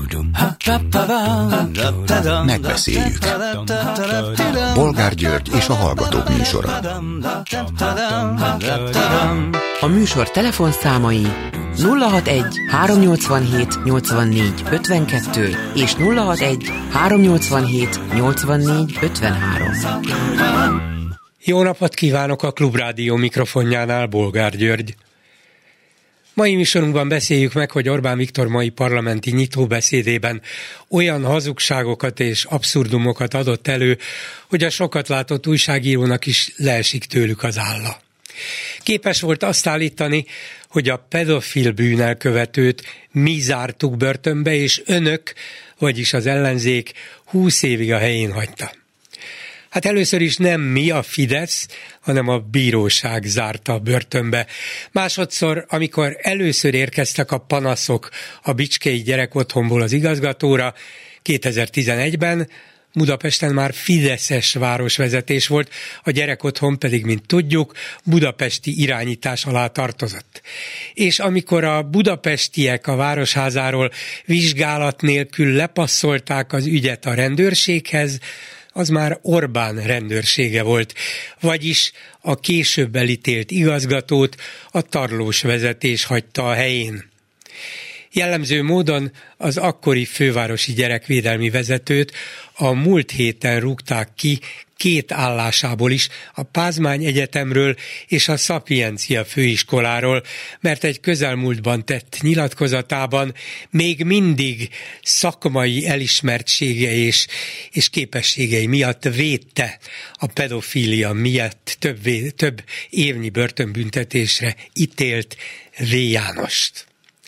Megbeszéljük. Bolgár György és a Hallgatók műsora. A műsor telefonszámai 061 387 84 52 és 061 387 84 53. Jó napot kívánok a Klubrádió mikrofonjánál, Bolgár György. Mai műsorunkban beszéljük meg, hogy Orbán Viktor mai parlamenti nyitóbeszédében olyan hazugságokat és abszurdumokat adott elő, hogy a sokat látott újságírónak is leesik tőlük az álla. Képes volt azt állítani, hogy a pedofil bűnelkövetőt mi zártuk börtönbe, és önök, vagyis az ellenzék 20 évig a helyén hagyta. Hát először is nem mi, a Fidesz, hanem a bíróság zárta börtönbe. Másodszor, amikor először érkeztek a panaszok a bicskei gyerekotthonból az igazgatóra, 2011-ben Budapesten már fideszes városvezetés volt, a gyerekotthon pedig, mint tudjuk, budapesti irányítás alá tartozott. És amikor a budapestiek a városházáról vizsgálat nélkül lepasszolták az ügyet a rendőrséghez, az már Orbán rendőrsége volt, vagyis a később elítélt igazgatót a tarlós vezetés hagyta a helyén. Jellemző módon az akkori fővárosi gyerekvédelmi vezetőt a múlt héten rúgták ki 2 állásából is, a Pázmány Egyetemről és a Szapiencia főiskoláról, mert egy közelmúltban tett nyilatkozatában még mindig szakmai elismertsége és képességei miatt védte a pedofília miatt több évnyi börtönbüntetésre ítélt V. Jánost.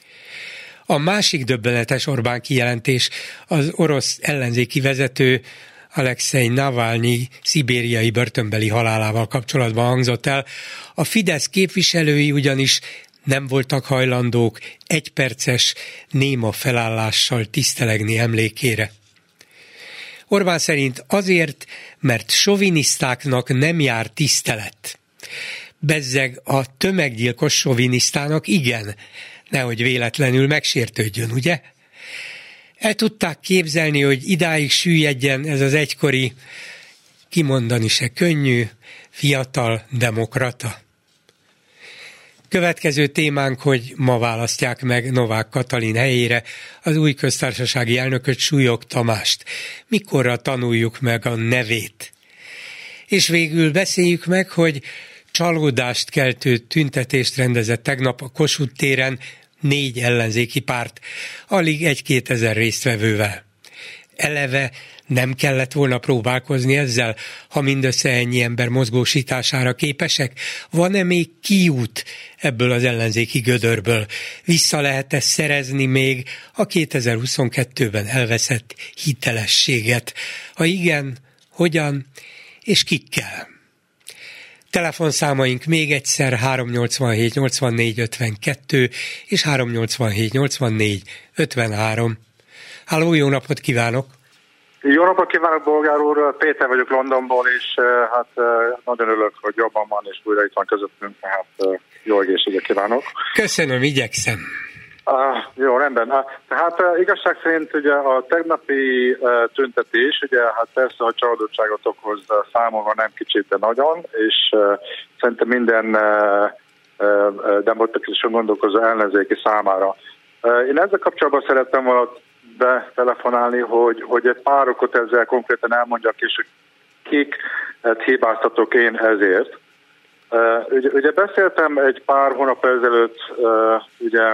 A másik döbbenetes Orbán kijelentés az orosz ellenzéki vezető Alexei Navalnyi szibériai börtönbeli halálával kapcsolatban hangzott el. A Fidesz képviselői ugyanis nem voltak hajlandók egyperces néma felállással tisztelegni emlékére. Orbán szerint azért, mert sovinisztáknak nem jár tisztelet. Bezzeg a tömeggyilkos sovinisztának igen, nehogy véletlenül megsértődjön, ugye? El tudták képzelni, hogy idáig süllyedjen ez az egykori, kimondani se könnyű, fiatal demokrata? Következő témánk, hogy ma választják meg Novák Katalin helyére az új köztársasági elnököt, Súlyog Tamást. Mikorra tanuljuk meg a nevét? És végül beszéljük meg, hogy csalódást keltő tüntetést rendezett tegnap a Kossuth téren 4 ellenzéki párt, alig 1-2 ezer résztvevővel. Eleve nem kellett volna próbálkozni ezzel, ha mindössze ennyi ember mozgósítására képesek? Van-e még kiút ebből az ellenzéki gödörből? Vissza lehet-e szerezni még a 2022-ben elveszett hitelességet? Ha igen, hogyan és kikkel? Telefonszámaink még egyszer 387 84 52 és 387 84 53. Halló, jó napot kívánok! Jó napot kívánok, Bolgár úr! Péter vagyok Londonból, és hát nagyon örülök, hogy jobban van, és újra itt van közöttünk, tehát jó egészséget kívánok! Köszönöm, igyekszem! Jó, rendben. Tehát igazság szerint ugye a tegnapi tüntetés, ugye hát persze, hogy csalódottságot okoz számomra nem kicsit, de nagyon, és szerintem minden demokratikusan gondolkozó ellenzéki számára. Én ezzel kapcsolatban szerettem volna betelefonálni, hogy egy pár okot ezzel konkrétan elmondjak, és hogy kiket hibáztatok én ezért. Ugye beszéltem egy pár hónap ezelőtt ugye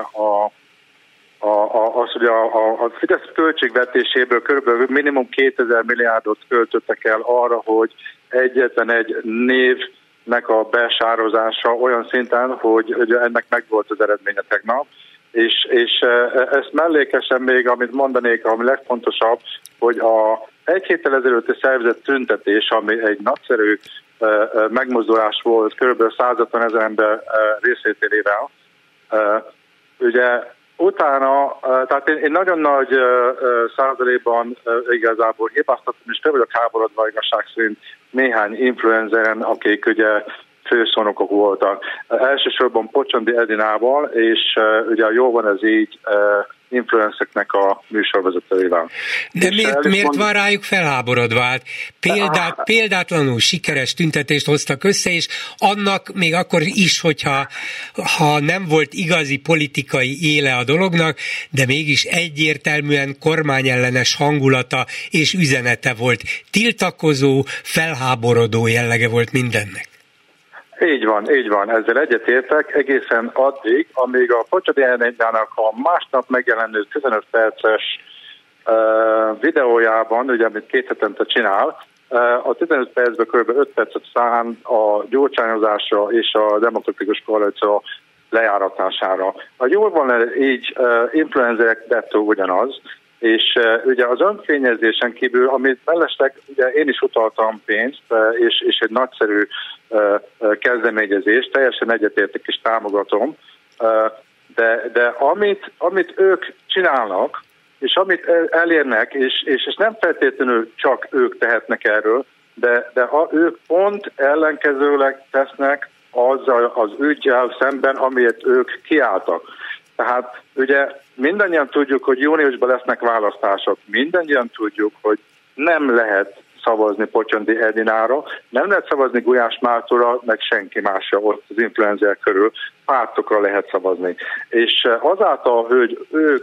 hogy a Fidesz költségvetéséből körülbelül minimum 2000 milliárdot költöttek el arra, hogy egyetlen egy névnek a besározása olyan szinten, hogy ennek megvolt az eredménye tegnap. És ezt mellékesen még, amit mondanék, ami legfontosabb, hogy egy héttel ezelőtti szervezett tüntetés, ami egy nagyszerű megmozdulás volt, kb. 150 000 ember részvételével, ugye utána, tehát én nagyon nagy százalékban igazából hibáztattam, és fel vagyok háborodva igazság szerint néhány influenceren, akik ugye főszónokok voltak. Elsősorban Pocsondi Edinával, és ugye Jó van ez így influencereknek a műsorvezetőivel. De miért van rájuk felháborodva? Példátlanul sikeres tüntetést hoztak össze, és annak még akkor is, hogyha nem volt igazi politikai éle a dolognak, de mégis egyértelműen kormányellenes hangulata és üzenete volt. Tiltakozó, felháborodó jellege volt mindennek. Így van, ezzel egyetértek egészen addig, amíg a Pocsondi Edinjának a másnap megjelenő 15 perces videójában, ugye amit 2 hetente csinál, a 15 percben kb. 5 percet szán a gyurcsányozásra és a demokratikus koalíció lejáratására. A Jól van így influencerek dettó ugyanaz, és ugye az önfényezésen kívül, amit mellesleg ugye én is utaltam pénzt, és egy nagyszerű kezdeményezés, teljesen egyetértek és támogatom, de amit ők csinálnak, és amit elérnek, és nem feltétlenül csak ők tehetnek erről, de ők pont ellenkezőleg tesznek azzal az üggyel szemben, amiért ők kiálltak. Tehát ugye mindannyian tudjuk, hogy júniusban lesznek választások, mindannyian tudjuk, hogy nem lehet szavazni Pocsondi Edinára, nem lehet szavazni Gulyás Mártonra, meg senki másra ott az influencer körül, pártokra lehet szavazni. És azáltal, hogy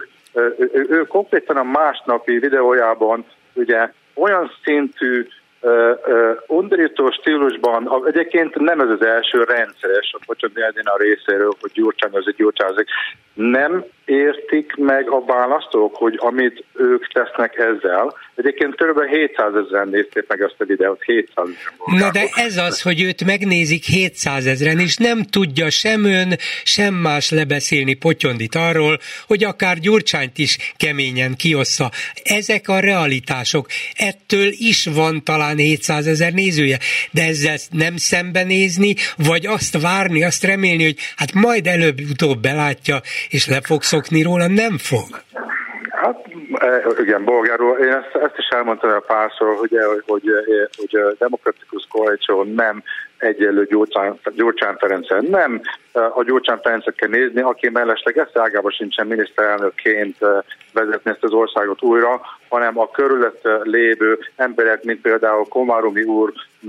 ők konkrétan a másnapi videójában ugye olyan szintű undorító stílusban, egyébként nem ez az első rendszeres a Pocsondi Edina részéről, hogy gyurcsányozik. Nem értik meg a választók, hogy amit ők tesznek ezzel. Egyébként kb. 700 000 nézték meg ezt a videót, 700 000. Na de ez az, hogy őt megnézik 700 000-en, és nem tudja sem ön, sem más lebeszélni Potyondit arról, hogy akár Gyurcsányt is keményen kiossza. Ezek a realitások. Ettől is van talán 700 000 nézője, de ezzel nem szembenézni, vagy azt várni, azt remélni, hogy hát majd előbb-utóbb belátja, és le fog szokni róla, nem fog. Hát igen, Bolgár úr, én ezt is elmondtam a párszor, hogy a demokratikus koalíció nem egyenlő Gyurcsány Ferenccel. Nem a Gyurcsány Ferencet kell nézni, aki mellesleg ezt ágában sincsen miniszterelnökként vezetni ezt az országot újra, hanem a körülött lévő emberek, mint például Komáromi úr,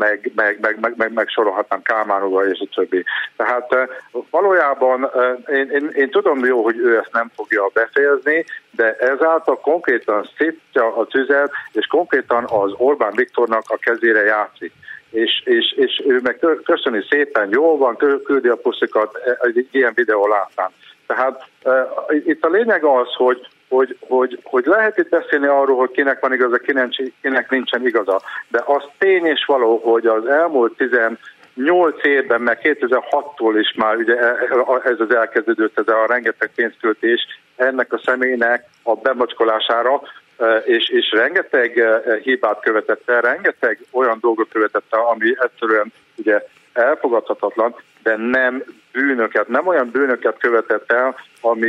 meg sorolhatnám Kálmán úr és a többi. Tehát valójában én tudom jó, hogy ő ezt nem fogja befejezni, de ezáltal konkrétan szítja a tüzet, és konkrétan az Orbán Viktornak a kezére játszik. És ő meg köszöni szépen, jól van, küldi a puszikat egy ilyen videó láttán. Tehát itt a lényeg az, hogy lehet itt beszélni arról, hogy kinek van igaza, kinek nincsen igaza, de az tény és való, hogy az elmúlt 18 évben, meg 2006-tól is már ugye ez az elkezdődött, ez a rengeteg pénzköltés ennek a személynek a bemacskolására, és rengeteg hibát követett el, rengeteg olyan dolgot követett el, ami egyszerűen ugye elfogadhatatlan, de nem olyan bűnöket követett el,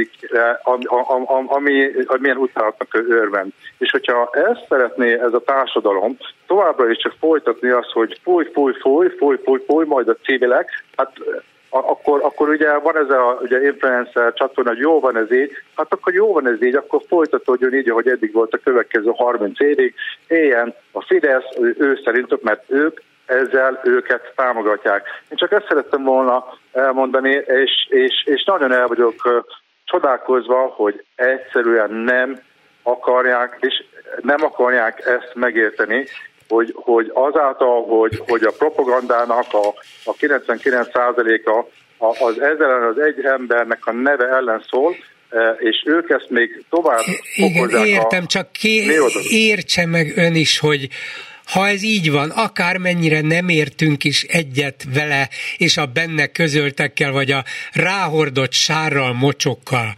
amilyen utálatnak örvend. És hogyha ezt szeretné ez a társadalom továbbra is csak folytatni azt, hogy fúj, majd a civilek, hát akkor ugye van ez a ugye influencer csatorna, hogy jó van ez így, hát akkor jó van ez így, akkor folytatódjon így, ahogy eddig volt a következő 30 évig, éljen a Fidesz, ő szerintük, mert ezzel őket támogatják. Én csak ezt szerettem volna elmondani, és nagyon el vagyok csodálkozva, hogy egyszerűen nem akarják ezt megérteni, hogy azáltal, hogy a propagandának a 99%-a az egy embernek a neve ellen szól, és ők ezt még tovább fokozzák. Értem, csak értse meg ön is, hogy ha ez így van, akármennyire nem értünk is egyet vele, és a benne közöltekkel, vagy a ráhordott sárral, mocsokkal,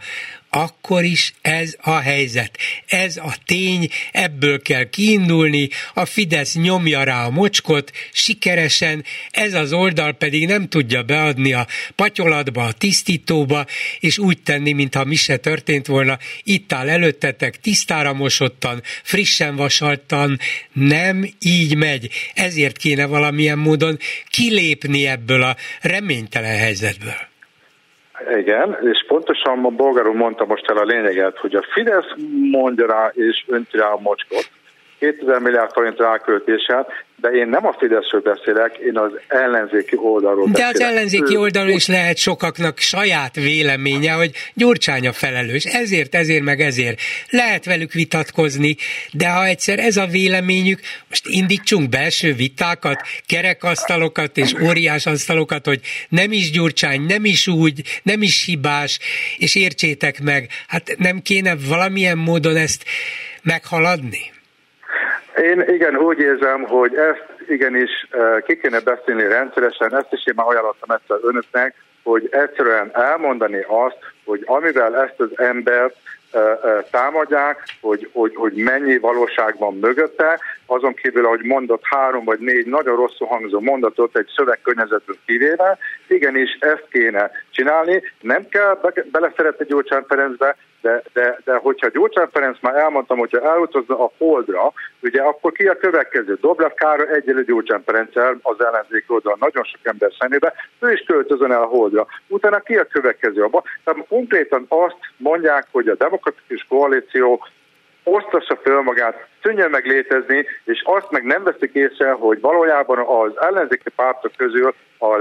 akkor is ez a helyzet. Ez a tény, ebből kell kiindulni, a Fidesz nyomja rá a mocskot, sikeresen, ez az oldal pedig nem tudja beadni a patyolatba, a tisztítóba, és úgy tenni, mintha mi se történt volna. Itt áll előttetek, tisztára mosottan, frissen vasaltan, nem így megy. Ezért kéne valamilyen módon kilépni ebből a reménytelen helyzetből. Igen, és pontosan a Bolgár úr mondta most el a lényeget, hogy a Fidesz mondja rá és önti rá a mocskot, 2000 milliárd forint ráköltéssel, de én nem a Fideszről beszélek, én az ellenzéki oldalról beszélek. De az ellenzéki oldalról is lehet sokaknak saját véleménye, hogy Gyurcsány a felelős. Ezért, meg ezért. Lehet velük vitatkozni, de ha egyszer ez a véleményük, most indítsunk belső vitákat, kerekasztalokat és óriás asztalokat, hogy nem is Gyurcsány, nem is úgy, nem is hibás, és értsétek meg, hát nem kéne valamilyen módon ezt meghaladni? Én igen, úgy érzem, hogy ezt igenis ki kéne beszélni rendszeresen, ezt is én már ajánlottam egyszer önöknek, hogy egyszerűen elmondani azt, hogy amivel ezt az embert támadják, hogy mennyi valóság van mögötte, azon kívül, ahogy mondott 3 vagy 4 nagyon rosszul hangzó mondatot egy szövegkörnyezetből kivéve, igenis ezt kéne csinálni, nem kell beleszeretni Gyurcsány Ferencbe, de hogyha Gyurcsány Ferenc már elmondtam, hogyha elutazna a Holdra, ugye akkor ki a következő? Dobrev Károly egyenlő Gyurcsány Ferenccel az ellenzék oldalon nagyon sok ember szemébe, ő is költözön el a Holdra. Utána ki a következő abba? Tehát konkrétan azt mondják, hogy a demokratikus koalíció osztassa föl magát, szűnjön meg létezni, és azt meg nem veszik észre, hogy valójában az ellenzéki pártok közül a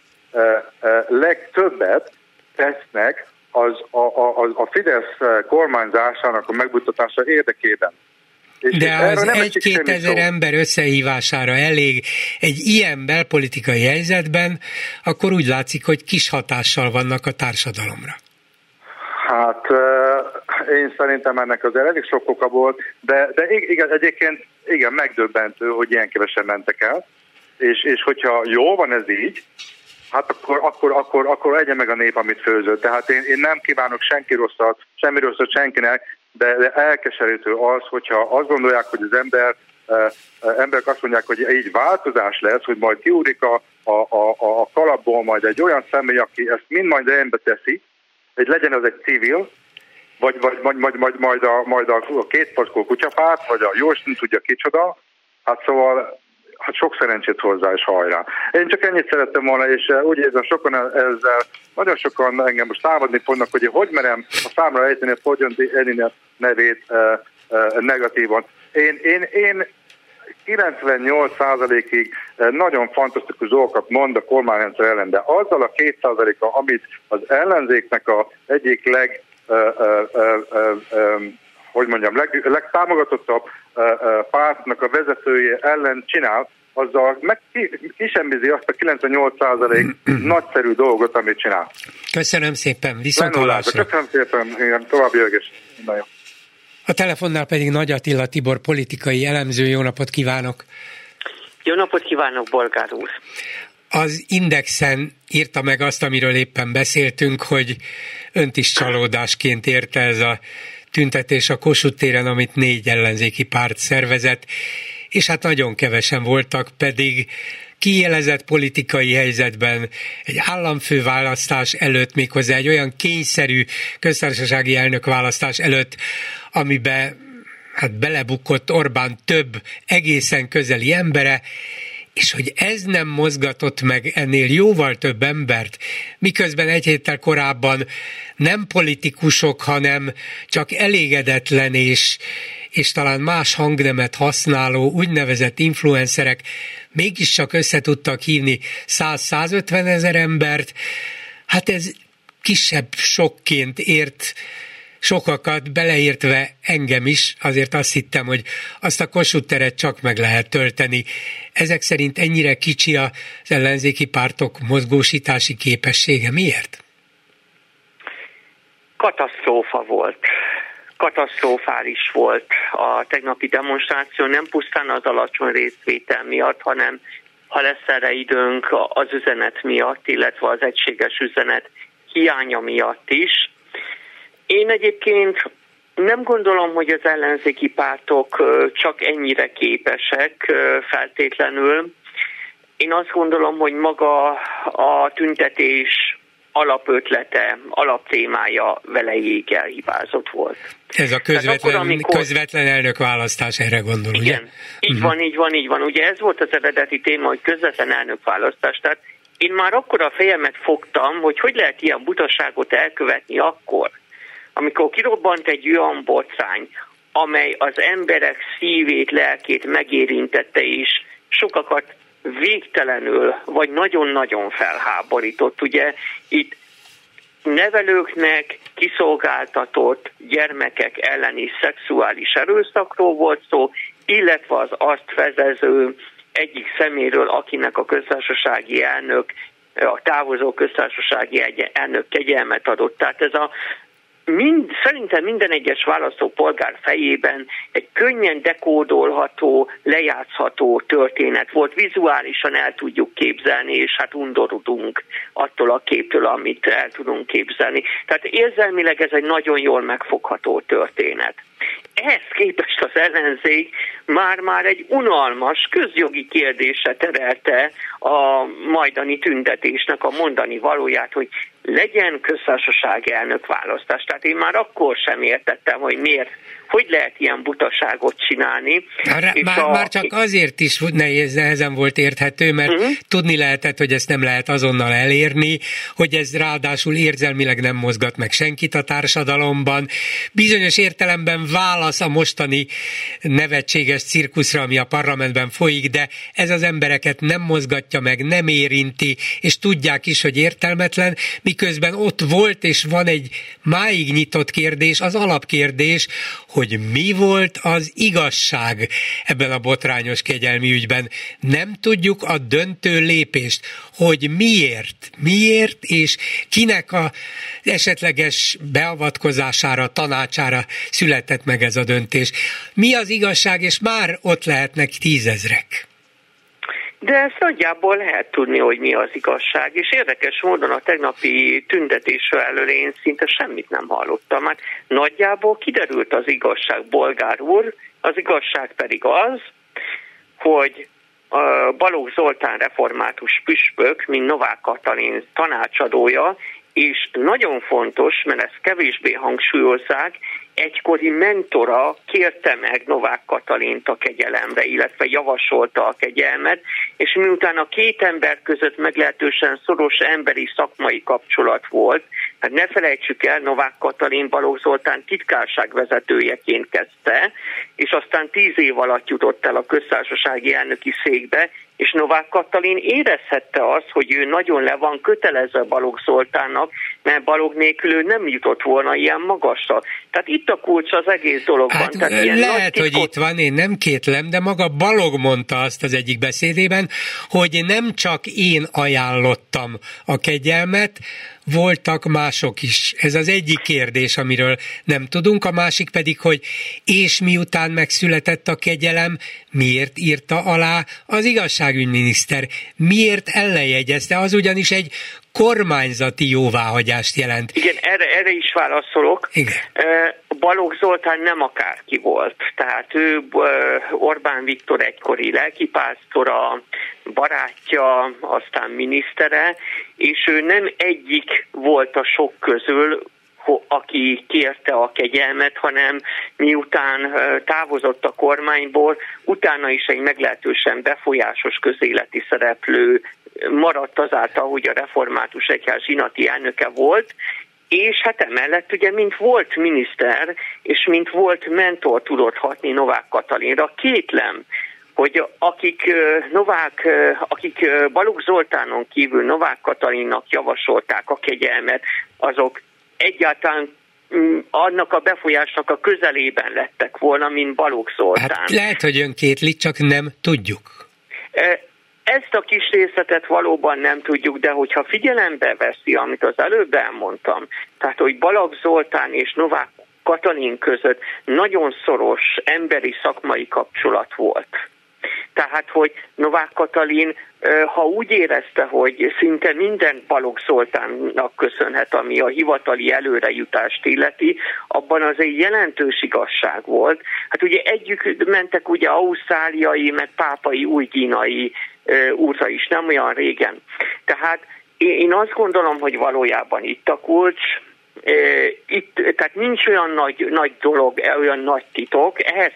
legtöbbet tesznek a Fidesz kormányzásának a megbutatása érdekében. De az 1-2 ezer ember összehívására elég egy ilyen belpolitikai helyzetben, akkor úgy látszik, hogy kis hatással vannak a társadalomra. Hát én szerintem ennek az elég sok oka volt, de igen, egyébként igen, megdöbbentő, hogy ilyen kevesen mentek el, és hogyha jó van ez így, hát akkor egye meg a nép, amit főzött. Tehát én nem kívánok semmi rosszat senkinek, de elkeserítő az, hogyha azt gondolják, hogy az emberek azt mondják, hogy így változás lesz, hogy majd kiúrik a kalapból majd egy olyan személy, aki ezt mind majd rendbe teszi, hogy legyen az egy civil, vagy majd a kétpaskó kutyapárt, vagy a Jóisten tudja kicsoda, hát szóval hát sok szerencsét hozzá és hajrá. Én csak ennyit szerettem volna, és úgy érzem, nagyon sokan engem most támadni fognak, hogy merem a számra ejteni a Podgyonti Edina nevét negatívan. Én 98%-ig nagyon fantasztikus dolgokat mond a kormányrendszer ellen, de azzal a 2%-a, amit az ellenzéknek a egyik legtámogatottabb pártnak a vezetője ellen csinál, azzal kisemmizi azt a 98% nagyszerű dolgot, amit csinál. Köszönöm szépen, viszonthallásra. Köszönöm szépen, további jögés. A telefonnál pedig Nagy Attila Tibor politikai elemző. Jó napot kívánok! Jó napot kívánok, Bolgár úr! Az Indexen írta meg azt, amiről éppen beszéltünk, hogy önt is csalódásként érte ez a tüntetés a Kossuth téren, amit 4 ellenzéki párt szervezett, és hát nagyon kevesen voltak, pedig kiélezett politikai helyzetben egy államfőválasztás előtt, méghozzá egy olyan kényszerű köztársasági elnökválasztás előtt, amiben hát belebukott Orbán több egészen közeli embere, és hogy ez nem mozgatott meg ennél jóval több embert, miközben egy héttel korábban nem politikusok, hanem csak elégedetlen és talán más hangnemet használó úgynevezett influencerek mégiscsak össze tudtak hívni 100-150 ezer embert, hát ez kisebb sokként ért sokakat, beleértve engem is, azért azt hittem, hogy azt a Kossuth teret csak meg lehet tölteni. Ezek szerint ennyire kicsi az ellenzéki pártok mozgósítási képessége. Miért? Katasztrófa volt. Katasztrofális volt a tegnapi demonstráció, nem pusztán az alacsony részvétel miatt, hanem ha lesz erre időnk, az üzenet miatt, illetve az egységes üzenet hiánya miatt is. Én egyébként nem gondolom, hogy az ellenzéki pártok csak ennyire képesek feltétlenül. Én azt gondolom, hogy maga a tüntetés alapötlete, alaptémája velejéig elhibázott volt. Ez a közvetlen elnökválasztás, erre gondol, igen, ugye? Így van. Ugye ez volt az eredeti téma, hogy közvetlen elnökválasztás. Tehát én már akkor a fejemet fogtam, hogy lehet ilyen butaságot elkövetni akkor, amikor kirobbant egy olyan botrány, amely az emberek szívét, lelkét megérintette, és sokakat végtelenül, vagy nagyon-nagyon felháborított. Ugye itt nevelőknek kiszolgáltatott gyermekek elleni szexuális erőszakról volt szó, illetve az azt vezező egyik szeméről, akinek a köztársasági elnök, a távozó köztársasági elnök kegyelmet adott. Tehát ez szerintem minden egyes választópolgár fejében egy könnyen dekódolható, lejátszható történet volt. Vizuálisan el tudjuk képzelni, és hát undorodunk attól a képtől, amit el tudunk képzelni. Tehát érzelmileg ez egy nagyon jól megfogható történet. Ehhez képest az ellenzék már egy unalmas, közjogi kérdésre terelte a majdani tüntetésnek a mondani valóját, hogy legyen köztársasági elnökválasztás. Tehát én már akkor sem értettem, hogy miért, hogy lehet ilyen butaságot csinálni. Már csak azért is nehezen volt érthető, mert tudni lehetett, hogy ezt nem lehet azonnal elérni, hogy ez ráadásul érzelmileg nem mozgat meg senkit a társadalomban. Bizonyos értelemben válasz a mostani nevetséges cirkuszra, ami a parlamentben folyik, de ez az embereket nem mozgatja meg, nem érinti, és tudják is, hogy értelmetlen, miközben ott volt és van egy máig nyitott kérdés, az alapkérdés, hogy mi volt az igazság ebben a botrányos kegyelmi ügyben. Nem tudjuk a döntő lépést, hogy miért és kinek a esetleges beavatkozására, tanácsára született meg ez a döntés. Mi az igazság, és már ott lehetnek 10 000. De ezt nagyjából lehet tudni, hogy mi az igazság, és érdekes módon a tegnapi tüntetésről elől én szinte semmit nem hallottam. Hát nagyjából kiderült az igazság, Bolgár úr, az igazság pedig az, hogy Balogh Zoltán református püspök, mint Novák Katalin tanácsadója, és nagyon fontos, mert ezt kevésbé hangsúlyozzák, egykori mentora kérte meg Novák Katalint a kegyelemre, illetve javasolta a kegyelmet, és miután a két ember között meglehetősen szoros emberi szakmai kapcsolat volt, hát ne felejtsük el, Novák Katalin Balogh Zoltán titkárságvezetőjeként kezdte, és aztán 10 év alatt jutott el a köztársasági elnöki székbe, és Novák Katalin érezhette azt, hogy ő nagyon le van kötelezve Balogh Zoltánnak, mert Balogh nélkül ő nem jutott volna ilyen magasra. Tehát itt a kulcs az egész dologban. Hát Tehát ilyen lehet, hogy itt van, én nem kétlem, de maga Balogh mondta azt az egyik beszédében, hogy nem csak én ajánlottam a kegyelmet, voltak mások is. Ez az egyik kérdés, amiről nem tudunk, a másik pedig, hogy és miután megszületett a kegyelem, miért írta alá az igazságügyminiszter? Miért ellenjegyezte? Az ugyanis egy kormányzati jóváhagyást jelent. Igen, erre is válaszolok. Igen. Balogh Zoltán nem akárki volt. Tehát ő Orbán Viktor egykori lelkipásztora, barátja, aztán minisztere, és ő nem egyik volt a sok közül, aki kérte a kegyelmet, hanem miután távozott a kormányból, utána is egy meglehetősen befolyásos közéleti szereplő maradt azáltal, hogy a református egyház zsinati elnöke volt, és hát emellett ugye, mint volt miniszter, és mint volt mentor tudott hatni Novák Katalinra. Kétlem, hogy akik Balogh Zoltánon kívül Novák Katalinnak javasolták a kegyelmet, azok egyáltalán annak a befolyásnak a közelében lettek volna, mint Balogh Zoltán. Hát lehet, hogy ön kétli, csak nem tudjuk. Ezt a kis részletet valóban nem tudjuk, de hogyha figyelembe veszi, amit az előbb elmondtam, tehát hogy Balogh Zoltán és Novák Katalin között nagyon szoros emberi szakmai kapcsolat volt. Tehát, hogy Novák Katalin, ha úgy érezte, hogy szinte minden Balogh Zoltánnak köszönhet, ami a hivatali előrejutást illeti, abban azért jelentős igazság volt. Hát ugye együtt mentek ugye ausztráliai, meg pápai új-guineai útra is, nem olyan régen. Tehát én azt gondolom, hogy valójában itt a kulcs, tehát nincs olyan nagy dolog, olyan nagy titok, ehhez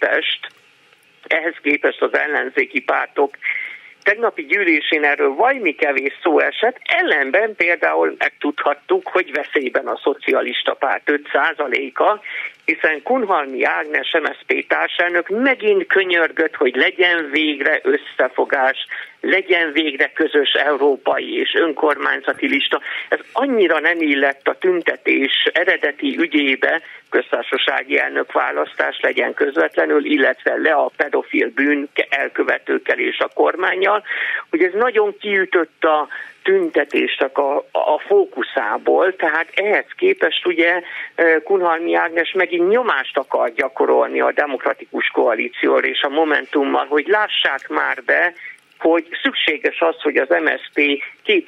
képest az ellenzéki pártok tegnapi gyűlésén erről valami kevés szó esett, ellenben például megtudhattuk, hogy veszélyben a szocialista párt 5%-a, hiszen Kunhalmi Ágnes MSZP társelnök megint könyörgött, hogy legyen végre összefogás, legyen végre közös európai és önkormányzati lista. Ez annyira nem illett a tüntetés eredeti ügyébe, köztársasági elnök választás legyen közvetlenül, illetve le a pedofil bűn elkövetőkkel és a kormánnyal, hogy ez nagyon kiütött a tüntetésnek a fókuszából, tehát ehhez képest ugye Kunhalmi Ágnes megint nyomást akar gyakorolni a demokratikus koalícióra és a Momentummal, hogy lássák már be, hogy szükséges az, hogy az MSZP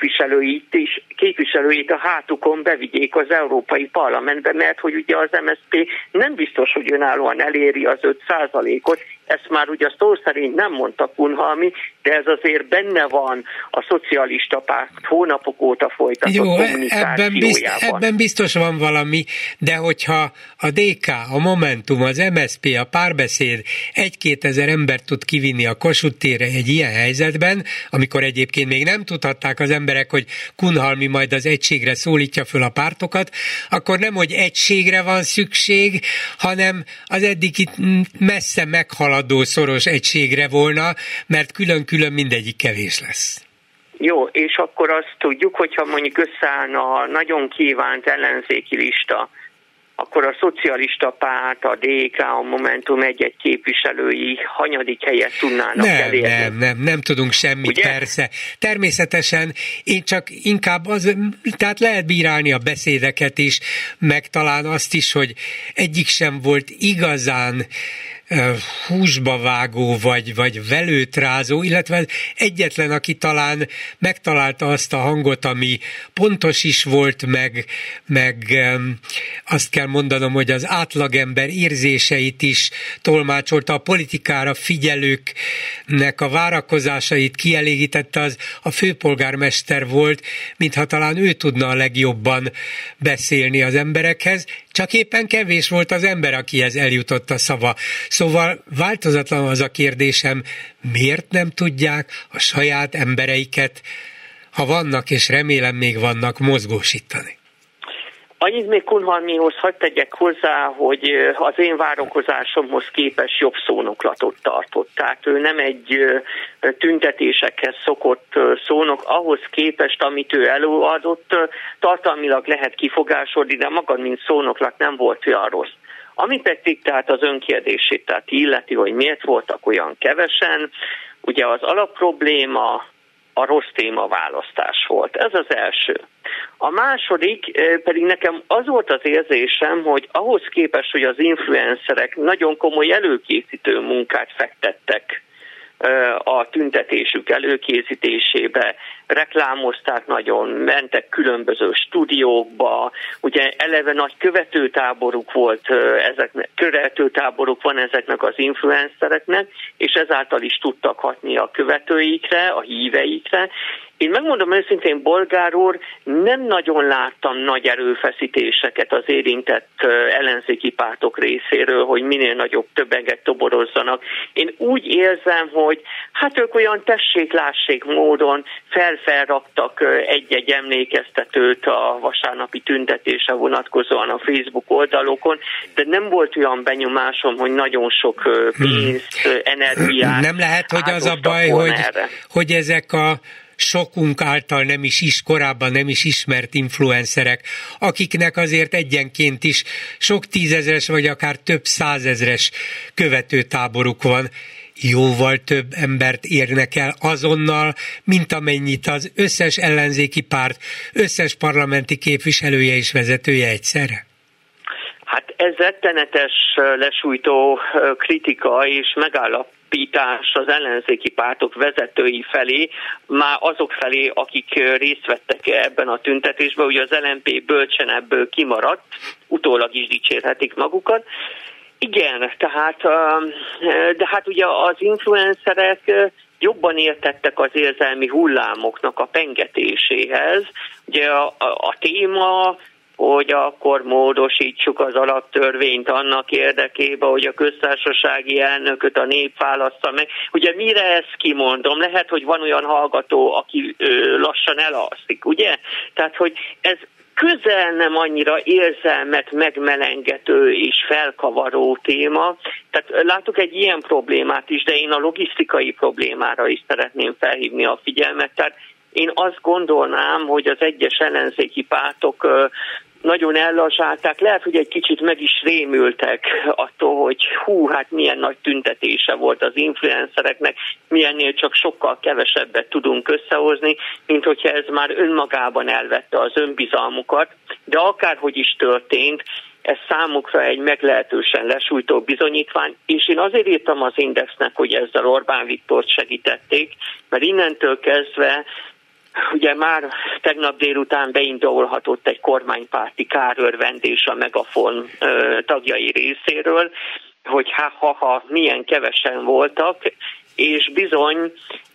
képviselőit a hátukon bevigyék az Európai Parlamentbe, mert hogy ugye az MSZP nem biztos, hogy önállóan eléri az 5%-ot, ezt már ugye szó szerint nem mondta Kunhalmi, de ez azért benne van a szocialista párt hónapok óta folytatott kommunikációjában. Ebben biztos van valami, de hogyha a DK, a Momentum, az MSZP, a Párbeszéd 1-2 ezer embert tud kivinni a Kossuth térre egy ilyen helyzetben, amikor egyébként még nem tudhatták az emberek, hogy Kunhalmi majd az egységre szólítja föl a pártokat, akkor nem, hogy egységre van szükség, hanem az eddig itt messze meghaladó szoros egységre volna, mert külön-külön mindegyik kevés lesz. Jó, és akkor azt tudjuk, hogyha mondjuk összeállna a nagyon kívánt ellenzéki lista, akkor a szocialista párt, a DK, a Momentum egy-egy képviselői hanyadik helyet tudnának elérni. Nem tudunk semmit, ugye? Persze. Természetesen én csak inkább tehát lehet bírálni a beszédeket is, meg talán azt is, hogy egyik sem volt igazán húsba vágó, vagy velőtrázó, illetve egyetlen, aki talán megtalálta azt a hangot, ami pontos is volt, meg azt kell mondanom, hogy az átlagember érzéseit is tolmácsolta, a politikára figyelőknek a várakozásait kielégítette, az a főpolgármester volt, mintha talán ő tudna a legjobban beszélni az emberekhez, csak éppen kevés volt az ember, akihez eljutott a szava. Szóval változatlan az a kérdésem, miért nem tudják a saját embereiket, ha vannak, és remélem még vannak, mozgósítani? Annyit még Kunhalmihoz hadd tegyek hozzá, hogy az én várakozásomhoz képest jobb szónoklatot tartott. Tehát ő nem egy tüntetésekhez szokott szónok, ahhoz képest, amit ő előadott, tartalmilag lehet kifogásolni, de maga, mint szónoklat nem volt olyan rossz. Ami pedig tehát az önkérdését tehát illeti, hogy miért voltak olyan kevesen, ugye az alapprobléma a rossz témaválasztás volt. Ez az első. A második pedig nekem az volt az érzésem, hogy ahhoz képest, hogy az influencerek nagyon komoly előkészítő munkát fektettek a tüntetésük előkészítésébe, reklámozták nagyon, mentek különböző stúdiókba, ugye eleve nagy követőtáboruk van ezeknek az influencereknek, és ezáltal is tudtak hatni a követőikre, a híveikre. Én megmondom őszintén, Bolgár úr, nem nagyon láttam nagy erőfeszítéseket az érintett ellenzéki pártok részéről, hogy minél nagyobb tömeget toborozzanak. Én úgy érzem, hogy hát ők olyan tessék-lássék módon felraktak egy-egy emlékeztetőt a vasárnapi tüntetése vonatkozóan a Facebook oldalokon, de nem volt olyan benyomásom, hogy nagyon sok pénzt, energiát. Nem lehet, hogy az a baj, hogy ezek a sokunk által korábban nem is ismert influencerek, akiknek azért egyenként is sok tízezres vagy akár több százezres követőtáboruk van, jóval több embert érnek el azonnal, mint amennyit az összes ellenzéki párt, összes parlamenti képviselője és vezetője egyszerre? Hát ez rettenetes lesújtó kritika és megállapítás csábítás az ellenzéki pártok vezetői felé, már azok felé, akik részt vettek ebben a tüntetésben, ugye az LMP bölcsen ebből kimaradt, utólag is dicsérhetik magukat. Igen, tehát, de hát ugye az influencerek jobban értettek az érzelmi hullámoknak a pengetéséhez. Ugye a téma, hogy akkor módosítsuk az alaptörvényt annak érdekében, hogy a köztársasági elnököt a nép válassza meg. Ugye mire ezt kimondom? Lehet, hogy van olyan hallgató, aki lassan elalszik, ugye? Tehát, hogy ez közel nem annyira érzelmet megmelengető és felkavaró téma. Tehát látok egy ilyen problémát is, de én a logisztikai problémára is szeretném felhívni a figyelmet. Tehát én azt gondolnám, hogy az egyes ellenzéki pártok nagyon ellazsálták, lehet, hogy egy kicsit meg is rémültek attól, hogy hát milyen nagy tüntetése volt az influencereknek, milyennél csak sokkal kevesebbet tudunk összehozni, mint hogyha ez már önmagában elvette az önbizalmukat, de akárhogy is történt, ez számukra egy meglehetősen lesújtó bizonyítvány, és én azért írtam az Indexnek, hogy ezzel Orbán Viktort segítették, mert innentől kezdve ugye már tegnap délután beindulhatott egy kormánypárti kárörvendés a Megafon tagjai részéről, hogy milyen kevesen voltak, és bizony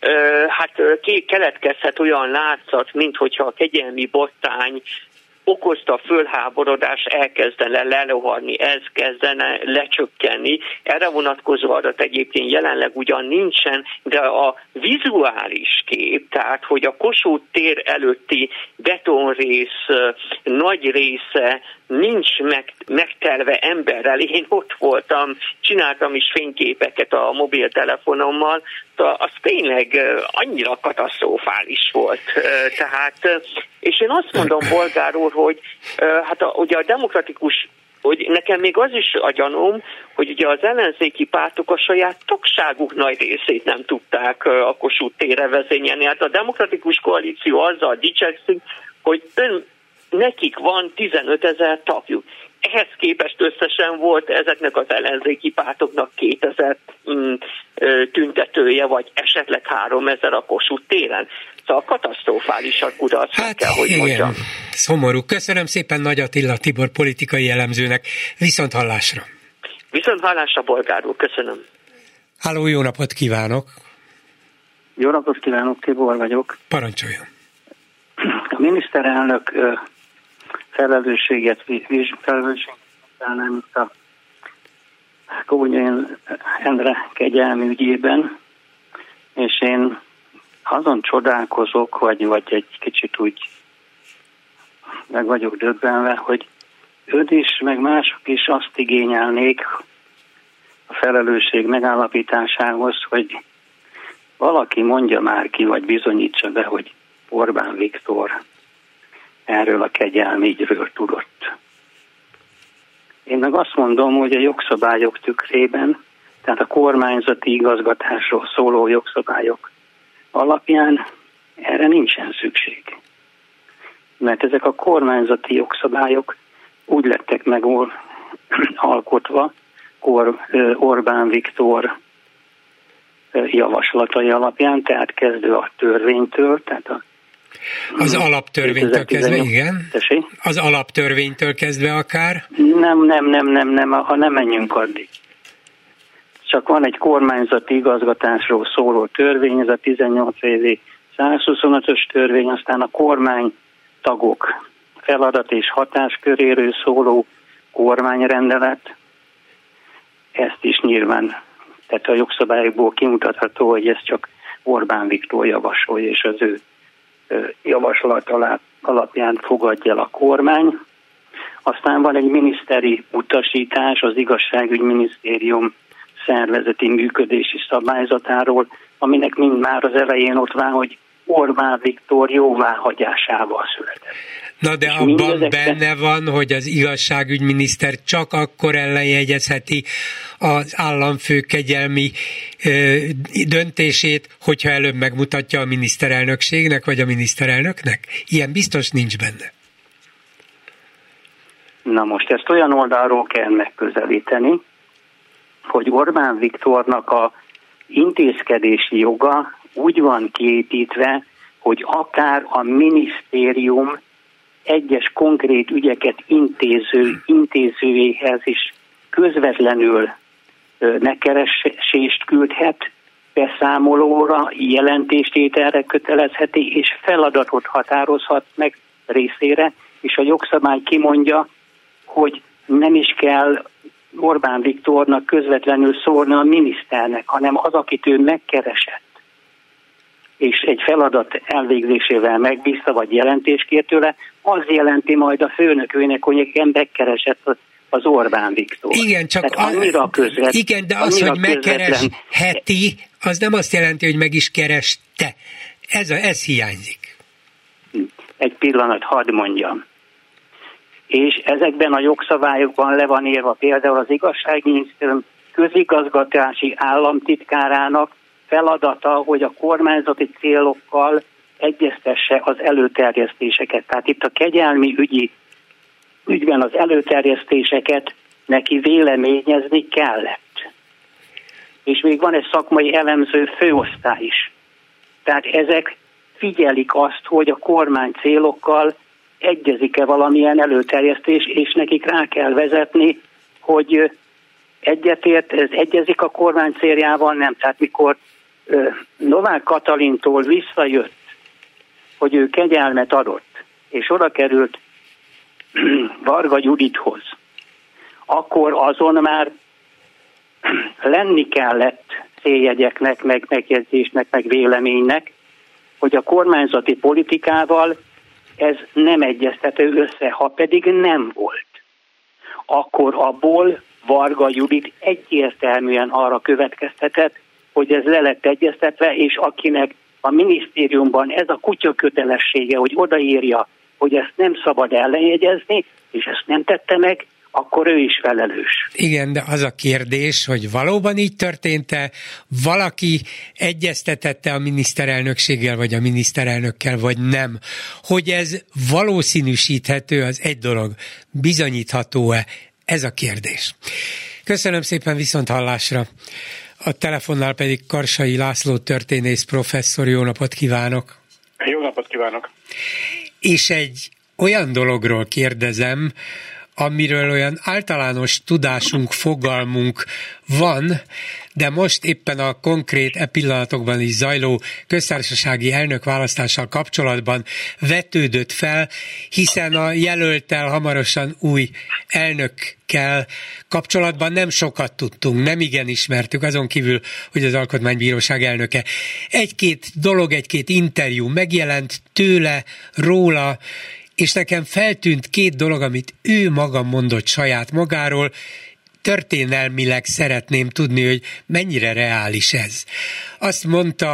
keletkezhet olyan látszat, minthogyha a kegyelmi botrány okozta fölháborodás elkezdene leloharni, ez kezdene lecsökkenni. Erre vonatkozó adat egyébként jelenleg ugyan nincsen, de a vizuális kép, tehát hogy a Kossuth tér előtti betonrész nagy része nincs megtelve emberrel. Én ott voltam, csináltam is fényképeket a mobiltelefonommal, az tényleg annyira katasztrofális volt. Tehát, és én azt mondom, Bolgár úr, hogy ugye a demokratikus, hogy nekem még az is a gyanúm, hogy ugye az ellenzéki pártok a saját tagságuk nagy részét nem tudták a Kossuth térre vezényelni. Hát a demokratikus koalíció azzal dicsekszik, hogy nekik van 15 000 tagjuk. Ehhez képest összesen volt ezeknek az ellenzéki pártoknak 2000 tüntetője, vagy esetleg 3000 a Kossuth téren. Szóval katasztrofális a kudarc, kell, hogy mondjam. Szomorú. Köszönöm szépen Nagy Attila Tibor politikai elemzőnek. Viszont hallásra. Viszont hallásra, Bolgár úr. Köszönöm. Háló, jó napot kívánok. Jó napot kívánok, Tibor vagyok. Parancsoljon. A miniszterelnök felelősséget felelősséget a Kónya Endre kegyelmi ügyében, és én azon csodálkozok, vagy egy kicsit úgy meg vagyok döbbenve, hogy ön is, meg mások is azt igényelnék a felelősség megállapításához, hogy valaki mondja már ki, vagy bizonyítsa be, hogy Orbán Viktor erről a kegyelmi ügyről tudott. Én meg azt mondom, hogy a jogszabályok tükrében, tehát a kormányzati igazgatásról szóló jogszabályok alapján erre nincsen szükség. Mert ezek a kormányzati jogszabályok úgy lettek megalkotva Orbán Viktor javaslatai alapján, tehát kezdve a törvénytől, tehát az alaptörvénytől kezdve, igen? Tessék? Az alaptörvénytől kezdve akár? Nem menjünk addig. Csak van egy kormányzati igazgatásról szóló törvény, ez a 18 évi 125-ös törvény, aztán a kormánytagok feladat és hatásköréről szóló kormányrendelet. Ezt is nyilván, tehát a jogszabályokból kimutatható, hogy ez csak Orbán Viktor javasolja, és az ő javaslat alapján fogadja el a kormány. Aztán van egy miniszteri utasítás az Igazságügyminisztérium szervezeti működési szabályzatáról, aminek mind már az elején ott van, hogy Orbán Viktor jóváhagyásával született. Na de abban benne van, hogy az igazságügyminiszter csak akkor ellenjegyezheti az államfő kegyelmi döntését, hogyha előbb megmutatja a miniszterelnökségnek, vagy a miniszterelnöknek? Ilyen biztos nincs benne. Na most ezt olyan oldalról kell megközelíteni, hogy Orbán Viktornak a intézkedési joga úgy van kiépítve, hogy akár a minisztérium egyes konkrét ügyeket intézőjéhez is közvetlenül megkeresést küldhet, beszámolóra, jelentéstételre kötelezheti, és feladatot határozhat meg részére, és a jogszabály kimondja, hogy nem is kell Orbán Viktornak közvetlenül szólni a miniszternek, hanem az, akit ő megkeresett, és egy feladat elvégzésével megbízta, vagy jelentést kért tőle, az jelenti majd a főnökének, hogy engem megkeresett az Orbán Viktor. Igen, csak igen, de az, hogy megkeresheti, az nem azt jelenti, hogy meg is kereste. Ez hiányzik. Egy pillanat, hadd mondjam. És ezekben a jogszabályokban le van írva például az igazságminisztérium közigazgatási államtitkárának feladata, hogy a kormányzati célokkal egyeztesse az előterjesztéseket. Tehát itt a kegyelmi ügyben az előterjesztéseket neki véleményezni kellett. És még van egy szakmai elemző főosztály is. Tehát ezek figyelik azt, hogy a kormány célokkal egyezik-e valamilyen előterjesztés, és nekik rá kell vezetni, hogy ez egyezik a kormány céljával, nem. Tehát mikor Novák Katalintól visszajött, hogy ő kegyelmet adott, és oda került Varga Judithoz, akkor azon már lenni kellett céljegyeknek, meg megjegyzésnek, meg véleménynek, hogy a kormányzati politikával ez nem egyeztető össze, ha pedig nem volt. Akkor abból Varga Judit egyértelműen arra következtetett, hogy ez le lett egyeztetve, és akinek a minisztériumban ez a kutya kötelessége, hogy odaírja, hogy ezt nem szabad ellenjegyezni, és ezt nem tette meg, akkor ő is felelős. Igen, de az a kérdés, hogy valóban így történt-e, valaki egyeztetette a miniszterelnökséggel, vagy a miniszterelnökkel, vagy nem. Hogy ez valószínűsíthető, az egy dolog. Bizonyítható-e? Ez a kérdés. Köszönöm szépen, viszonthallásra. A telefonnál pedig Karsai László történész professzor. Jó napot kívánok! Jó napot kívánok! És egy olyan dologról kérdezem, amiről olyan általános tudásunk, fogalmunk van, de most éppen a konkrét pillanatokban is zajló köztársasági elnökválasztással kapcsolatban vetődött fel, hiszen a jelölttel hamarosan új elnökkel kapcsolatban nem sokat tudtunk, nem igen ismertük, azon kívül, hogy az Alkotmánybíróság elnöke. Egy-két dolog, egy-két interjú megjelent tőle, róla, és nekem feltűnt két dolog, amit ő maga mondott saját magáról. Történelmileg szeretném tudni, hogy mennyire reális ez. Azt mondta,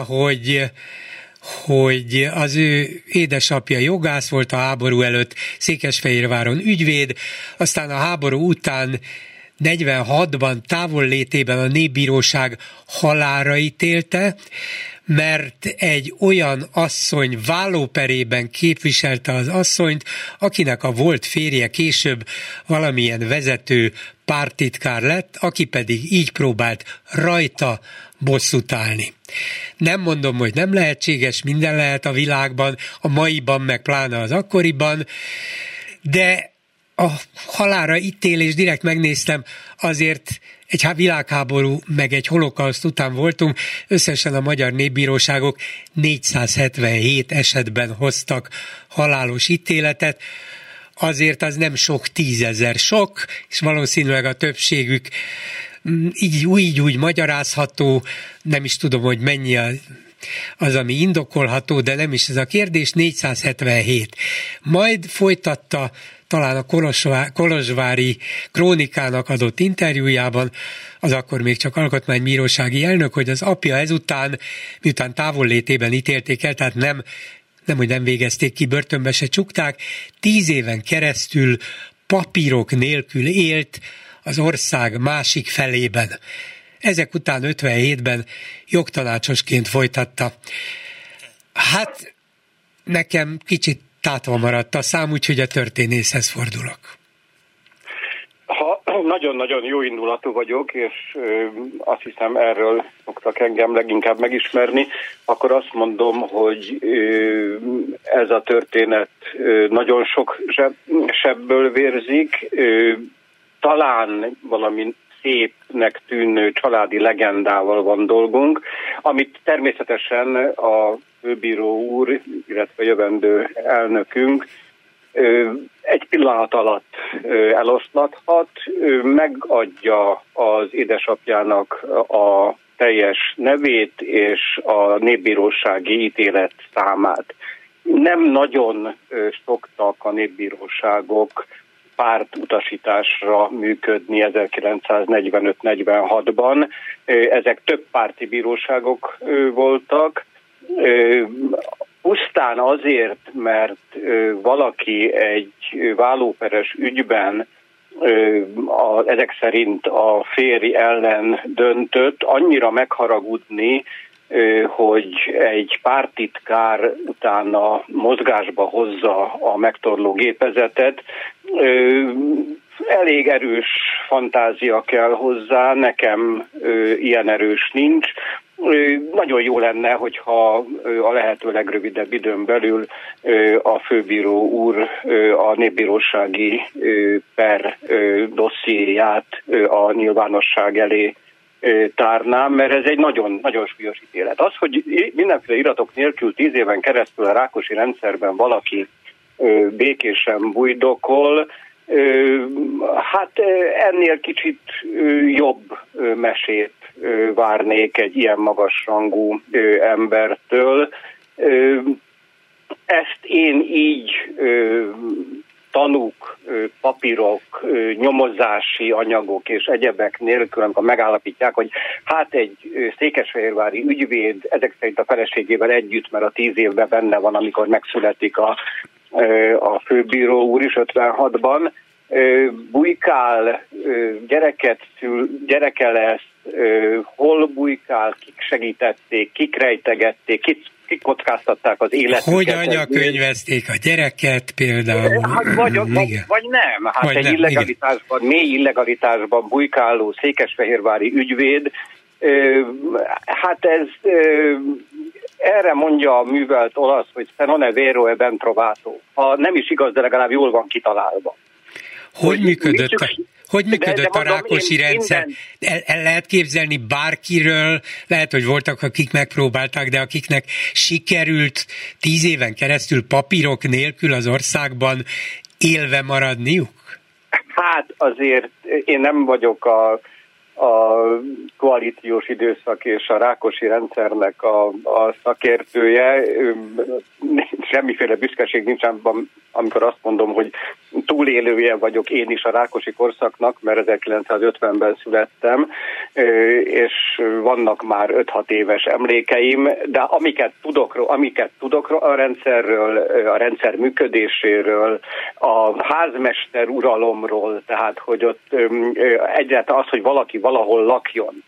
hogy az ő édesapja jogász volt, a háború előtt Székesfehérváron ügyvéd, aztán a háború után 46-ban távollétében a Népbíróság halálra ítélte, mert egy olyan asszony vállóperében képviselte az asszonyt, akinek a volt férje később valamilyen vezető párttitkár lett, aki pedig így próbált rajta bosszút állni. Nem mondom, hogy nem lehetséges, minden lehet a világban, a maiban, meg pláne az akkoriban, de a halálra ítélés, direkt megnéztem, azért egy világháború, meg egy holokauszt után voltunk, összesen a magyar népbíróságok 477 esetben hoztak halálos ítéletet, azért az nem sok 10 000, sok, és valószínűleg a többségük így úgy magyarázható, nem is tudom, hogy mennyi az, ami indokolható, de nem is ez a kérdés, 477. Majd folytatta talán a kolozsvári krónikának adott interjújában, az akkor még csak alkotmánybírósági elnök, hogy az apja ezután, miután távollétében ítélték el, tehát nem, hogy nem végezték ki, börtönbe se csukták, 10 éven keresztül papírok nélkül élt az ország másik felében. Ezek után 57-ben jogtanácsosként folytatta. Hát nekem kicsit tátva maradt a szám, úgyhogy a történészhez fordulok. Ha nagyon-nagyon jó indulatú vagyok, és azt hiszem erről szoktak engem leginkább megismerni, akkor azt mondom, hogy ez a történet nagyon sok sebből vérzik, talán valami szépnek tűnő családi legendával van dolgunk, amit természetesen a főbíró úr, illetve jövendő elnökünk egy pillanat alatt eloszlathat, megadja az édesapjának a teljes nevét és a népbírósági ítélet számát. Nem nagyon szoktak a népbíróságok pártutasításra működni 1945-46-ban. Ezek több párti bíróságok voltak. Pusztán azért, mert valaki egy vállóperes ügyben ezek szerint a férj ellen döntött, annyira megharagudni, hogy egy pártitkár utána mozgásba hozza a megtorló gépezetet. Elég erős fantázia kell hozzá, nekem ilyen erős nincs. Nagyon jó lenne, hogyha a lehető legrövidebb időn belül a főbíró úr a népbírósági per dossziéját a nyilvánosság elé tárnám, mert ez egy nagyon, nagyon súlyos ítélet. Az, hogy mindenféle iratok nélkül 10 éven keresztül a Rákosi rendszerben valaki békésen bujdokol, hát ennél kicsit jobb mesét várnék egy ilyen magasrangú embertől. Ezt én így tanúk, papírok, nyomozási anyagok és egyebek nélkül, amikor megállapítják, hogy hát egy székesfehérvári ügyvéd ezek szerint a feleségével együtt, mert a 10 évben benne van, amikor megszületik a főbíró úr is 56-ban, bujkál, gyereket szül, gyereke lesz, hol bujkál, kik segítették, kik rejtegették, kik kockáztatták az életüket. Hogy anyakönyvezték a gyereket például? Hát vagy nem. Hát vagy egy nem, illegalitásban, igen. Mély illegalitásban bujkáló székesfehérvári ügyvéd, hát ez erre mondja a művelt olasz, hogy se non è vero e ben trovato. Ha nem is igaz, de legalább jól van kitalálva. Hogy működött a Rákosi rendszer? El lehet képzelni bárkiről, lehet, hogy voltak, akik megpróbálták, de akiknek sikerült 10 éven keresztül papírok nélkül az országban élve maradniuk? Hát azért én nem vagyok a koalíciós időszak és a Rákosi rendszernek a szakértője. Semmiféle büszkeség nincs abban, amikor azt mondom, hogy túlélője vagyok én is a Rákosi korszaknak, mert 1950-ben születtem, és vannak már 5-6 éves emlékeim, de amiket tudok a rendszerről, a rendszer működéséről, a házmester uralomról, tehát hogy ott egyáltalán az, hogy valaki valahol lakjon,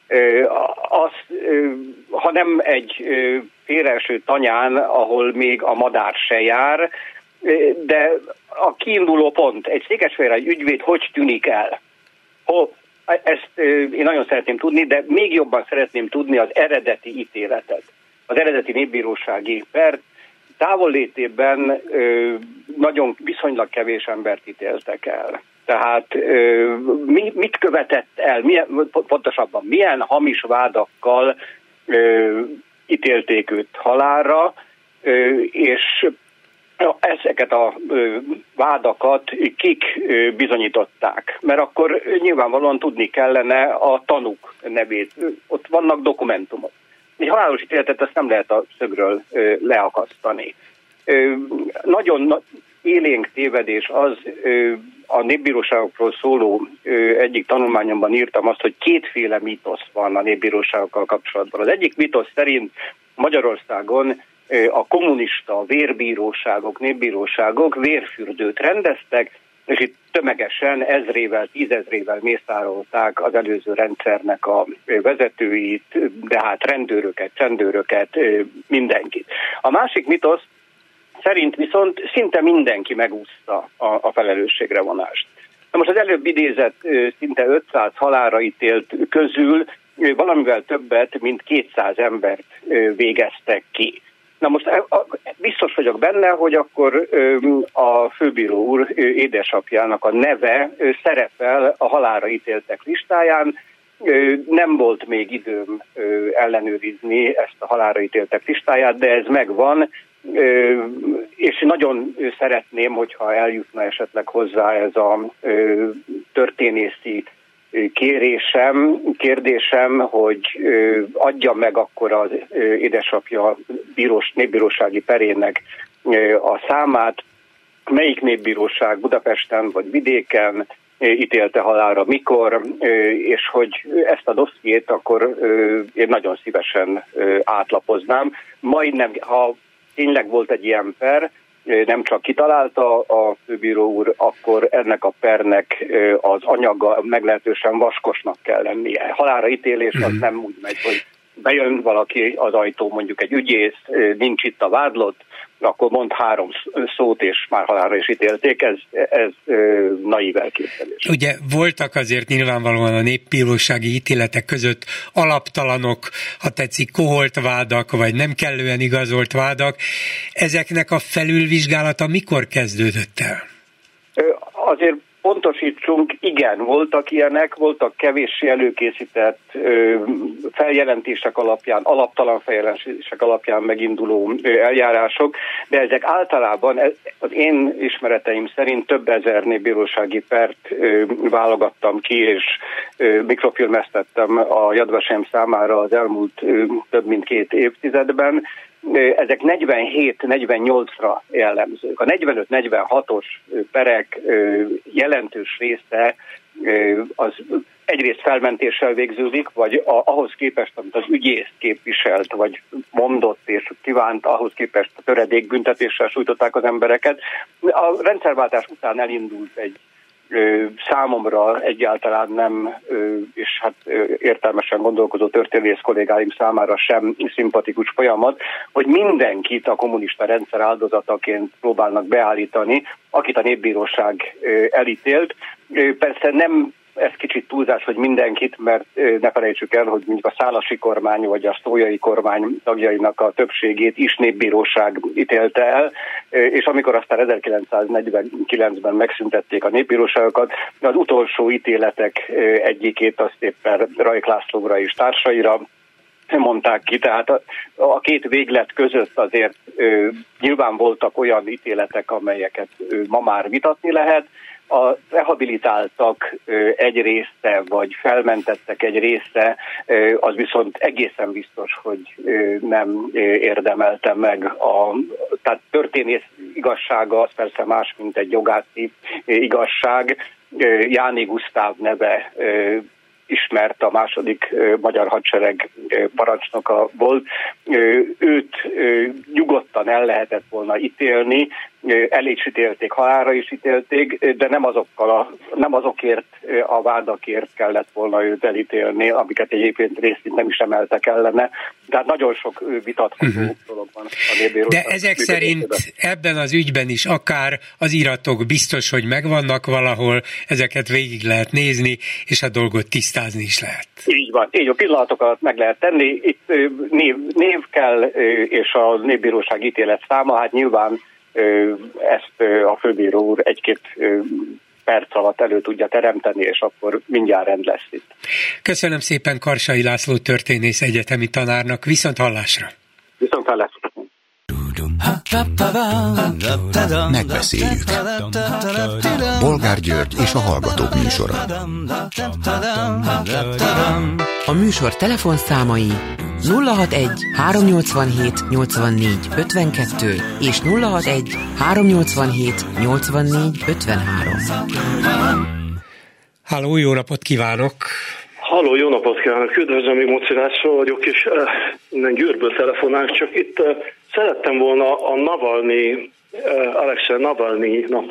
ha nem egy félreeső tanyán, ahol még a madár se jár, de a kiinduló pont, egy székesfehérvári ügyvéd hogy tűnik el? Ezt én nagyon szeretném tudni, de még jobban szeretném tudni az eredeti ítéletet, az eredeti népbírósági pert. Távollétében nagyon viszonylag kevés embert ítéltek el. Tehát mit követett el, pontosabban milyen hamis vádakkal ítélték őt halálra, és ezeket a vádakat kik bizonyították, mert akkor nyilvánvalóan tudni kellene a tanúk nevét. Ott vannak dokumentumok. Egy halálos ítéletet ezt nem lehet a szögről leakasztani. Nagyon élénk tévedés az, a népbíróságokról szóló egyik tanulmányomban írtam azt, hogy 2 mítosz van a népbíróságokkal kapcsolatban. Az egyik mítosz szerint Magyarországon a kommunista vérbíróságok, népbíróságok vérfürdőt rendeztek, és itt tömegesen 1000-ével, 10 000-ével mészárolták az előző rendszernek a vezetőit, de hát rendőröket, csendőröket, mindenkit. A másik mitosz szerint viszont szinte mindenki megúszta a felelősségre vonást. Na most az előbb idézett szinte 500 halálra ítélt közül valamivel többet, mint 200 embert végeztek ki. Na most biztos vagyok benne, hogy akkor a főbíró úr édesapjának a neve szerepel a halálra ítéltek listáján. Nem volt még időm ellenőrizni ezt a halálra ítéltek listáját, de ez megvan, és nagyon szeretném, hogyha eljutna esetleg hozzá ez a történészi kérdésem, hogy adja meg akkor az édesapja népbírósági perének a számát, melyik népbíróság Budapesten vagy vidéken ítélte halálra, mikor, és hogy ezt a dossziét akkor én nagyon szívesen átlapoznám. Majdnem, ha tényleg volt egy ilyen per, nem csak kitalálta a főbíró úr, akkor ennek a pernek az anyaga meglehetősen vaskosnak kell lennie. Halálra ítélés az nem úgy megy, hogy bejön valaki az ajtó, mondjuk egy ügyész, nincs itt a vádlott, akkor mond 3 szót, és már halálra is ítélték, ez naív elképzelés. Ugye voltak azért nyilvánvalóan a népbírósági ítéletek között alaptalanok, ha tetszik, koholt vádak, vagy nem kellően igazolt vádak. Ezeknek a felülvizsgálata mikor kezdődött el? Azért pontosítsunk, igen, voltak ilyenek, voltak kevéssé előkészített feljelentések alapján, alaptalan feljelentések alapján meginduló eljárások, de ezek általában az én ismereteim szerint több ezer népbírósági pert válogattam ki, és mikrofilmeztettem a Yad Vashem számára az elmúlt több mint 2 évtizedben. Ezek 47-48-ra jellemzők. A 45-46-os perek jelentős része az egyrészt felmentéssel végződik, vagy ahhoz képest, amit az ügyész képviselt, vagy mondott és kívánt, ahhoz képest a töredékbüntetéssel sújtották az embereket. A rendszerváltás után elindult egy számomra egyáltalán nem, és hát értelmesen gondolkozó történész kollégáim számára sem szimpatikus folyamat, hogy mindenkit a kommunista rendszer áldozataként próbálnak beállítani, akit a népbíróság elítélt. Persze nem, ez kicsit túlzás, hogy mindenkit, mert ne felejtsük el, hogy mondjuk a szálasi kormány vagy a szólyai kormány tagjainak a többségét is népbíróság ítélte el, és amikor aztán 1949-ben megszüntették a népbíróságokat, az utolsó ítéletek egyikét azt éppen Rajk Lászlóra és társaira mondták ki, tehát a 2 véglet között azért nyilván voltak olyan ítéletek, amelyeket ma már vitatni lehet. A rehabilitáltak egy része, vagy felmentettek egy része, az viszont egészen biztos, hogy nem érdemelte meg. Tehát történész igazsága az persze más, mint egy jogászi igazság. Jáné Gusztáv neve ismert, a második magyar hadsereg parancsnoka volt. Őt nyugodtan el lehetett volna ítélni, el is ítélték, halálra is ítélték, de nem azokért a vádakért kellett volna őt elítélni, amiket egyébként részint nem is emeltek ellene. Tehát nagyon sok vitatható dolog van a népbíróság. De ezek szerint ebben az ügyben is akár az iratok biztos, hogy megvannak valahol, ezeket végig lehet nézni, és a dolgot tisztázni is lehet. Így van, így a pillanatok alatt meg lehet tenni. Itt név kell, és a népbíróság ítélet száma, hát nyilván ezt a főbíró úr 1-2 perc alatt elő tudja teremteni, és akkor mindjárt rend lesz itt. Köszönöm szépen Karsai László történész egyetemi tanárnak, viszont hallásra! Viszont hallásra! Megbeszéljük. Bolgár György és a Hallgatók műsora. A műsor telefonszámai 061 387 84 52 és 061 387 84 53. Halló, jó napot kívánok! Halló, jó napot kívánok! Üdvözlöm, még Mocinászról vagyok, és innen Győrből telefonálok, csak itt szerettem volna a Navalnyi, Alexei Navalnyinak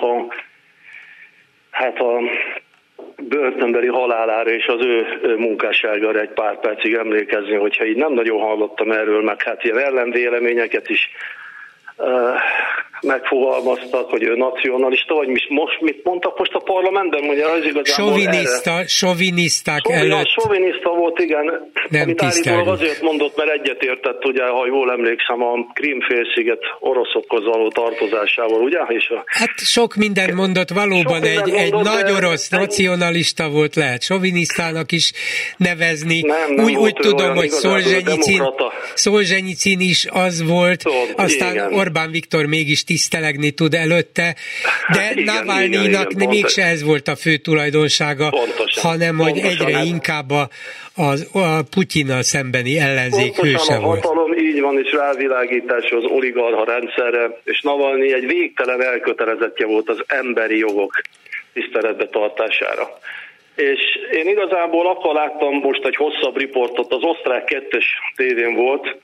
a börtönbeli halálára és az ő munkásságára egy pár percig emlékezni, hogyha így nem nagyon hallottam erről, meg hát ilyen ellenvéleményeket is megfogalmaztak, hogy ő nacionalista, vagy most mit mondtak most a parlamentben, mondja, az igazából soviniszták előtt. Soviniszta volt, igen. Nem amit állítólag tisztelgük. azért mondott, mert egyetértett, ugye, ha jól emlékszem, a Krím-félsziget oroszokhoz való tartozásával, ugye? Hát sok mindent mondott, valóban egy nagy orosz nacionalista volt, lehet sovinisztának is nevezni. Nem úgy tudom, hogy Szolzsenyicin is az volt, aztán igen. Orbán Viktor mégis tisztelegni tud előtte, de Navalnyinak mégse ez volt a fő tulajdonsága, hanem hogy egyre inkább a Putyinnal szembeni ellenzék hőse volt. A hatalom így van, és rávilágítás az oligarcha rendszerre, és Navalnyi egy végtelen elkötelezettje volt az emberi jogok tiszteletbe tartására. És én igazából akkor láttam most egy hosszabb riportot, az Osztrák 2-es tévén volt,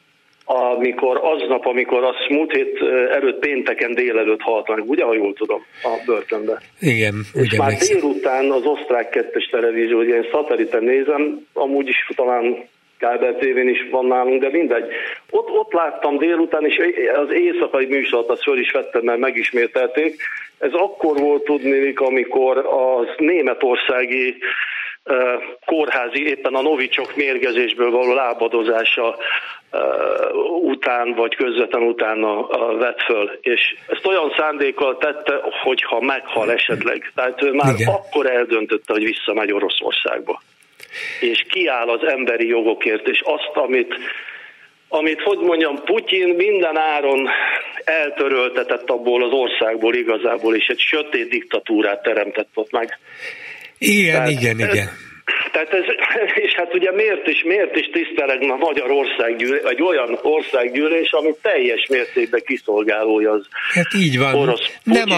amikor azt múlt hét előtt pénteken délelőtt halt meg, ugye, ha jól tudom, a börtönbe. Igen, és már délután az Osztrák 2-es televízió, hogy én szatelliten nézem, amúgy is talán kábel tévén is van nálunk, de mindegy. Ott láttam délután, és az éjszakai műsort azt föl is vettem, mert megismételték. Ez akkor volt tudnék, amikor az németországi kórházi, éppen a novicsok mérgezésből való lábadozása után, vagy közvetlen utána vett föl. És ezt olyan szándékkal tette, hogyha meghal esetleg. Tehát ő már akkor eldöntötte, hogy visszamegy Oroszországba. És kiáll az emberi jogokért, és azt, amit hogy mondjam, Putyin minden áron eltöröltetett abból az országból igazából, és egy sötét diktatúrát teremtett ott meg. Igen. Tehát ez, és hát ugye miért is tisztelegne a magyar országgyűlés, egy olyan országgyűlés, ami teljes mértékben kiszolgálója az hát így van. Orosz.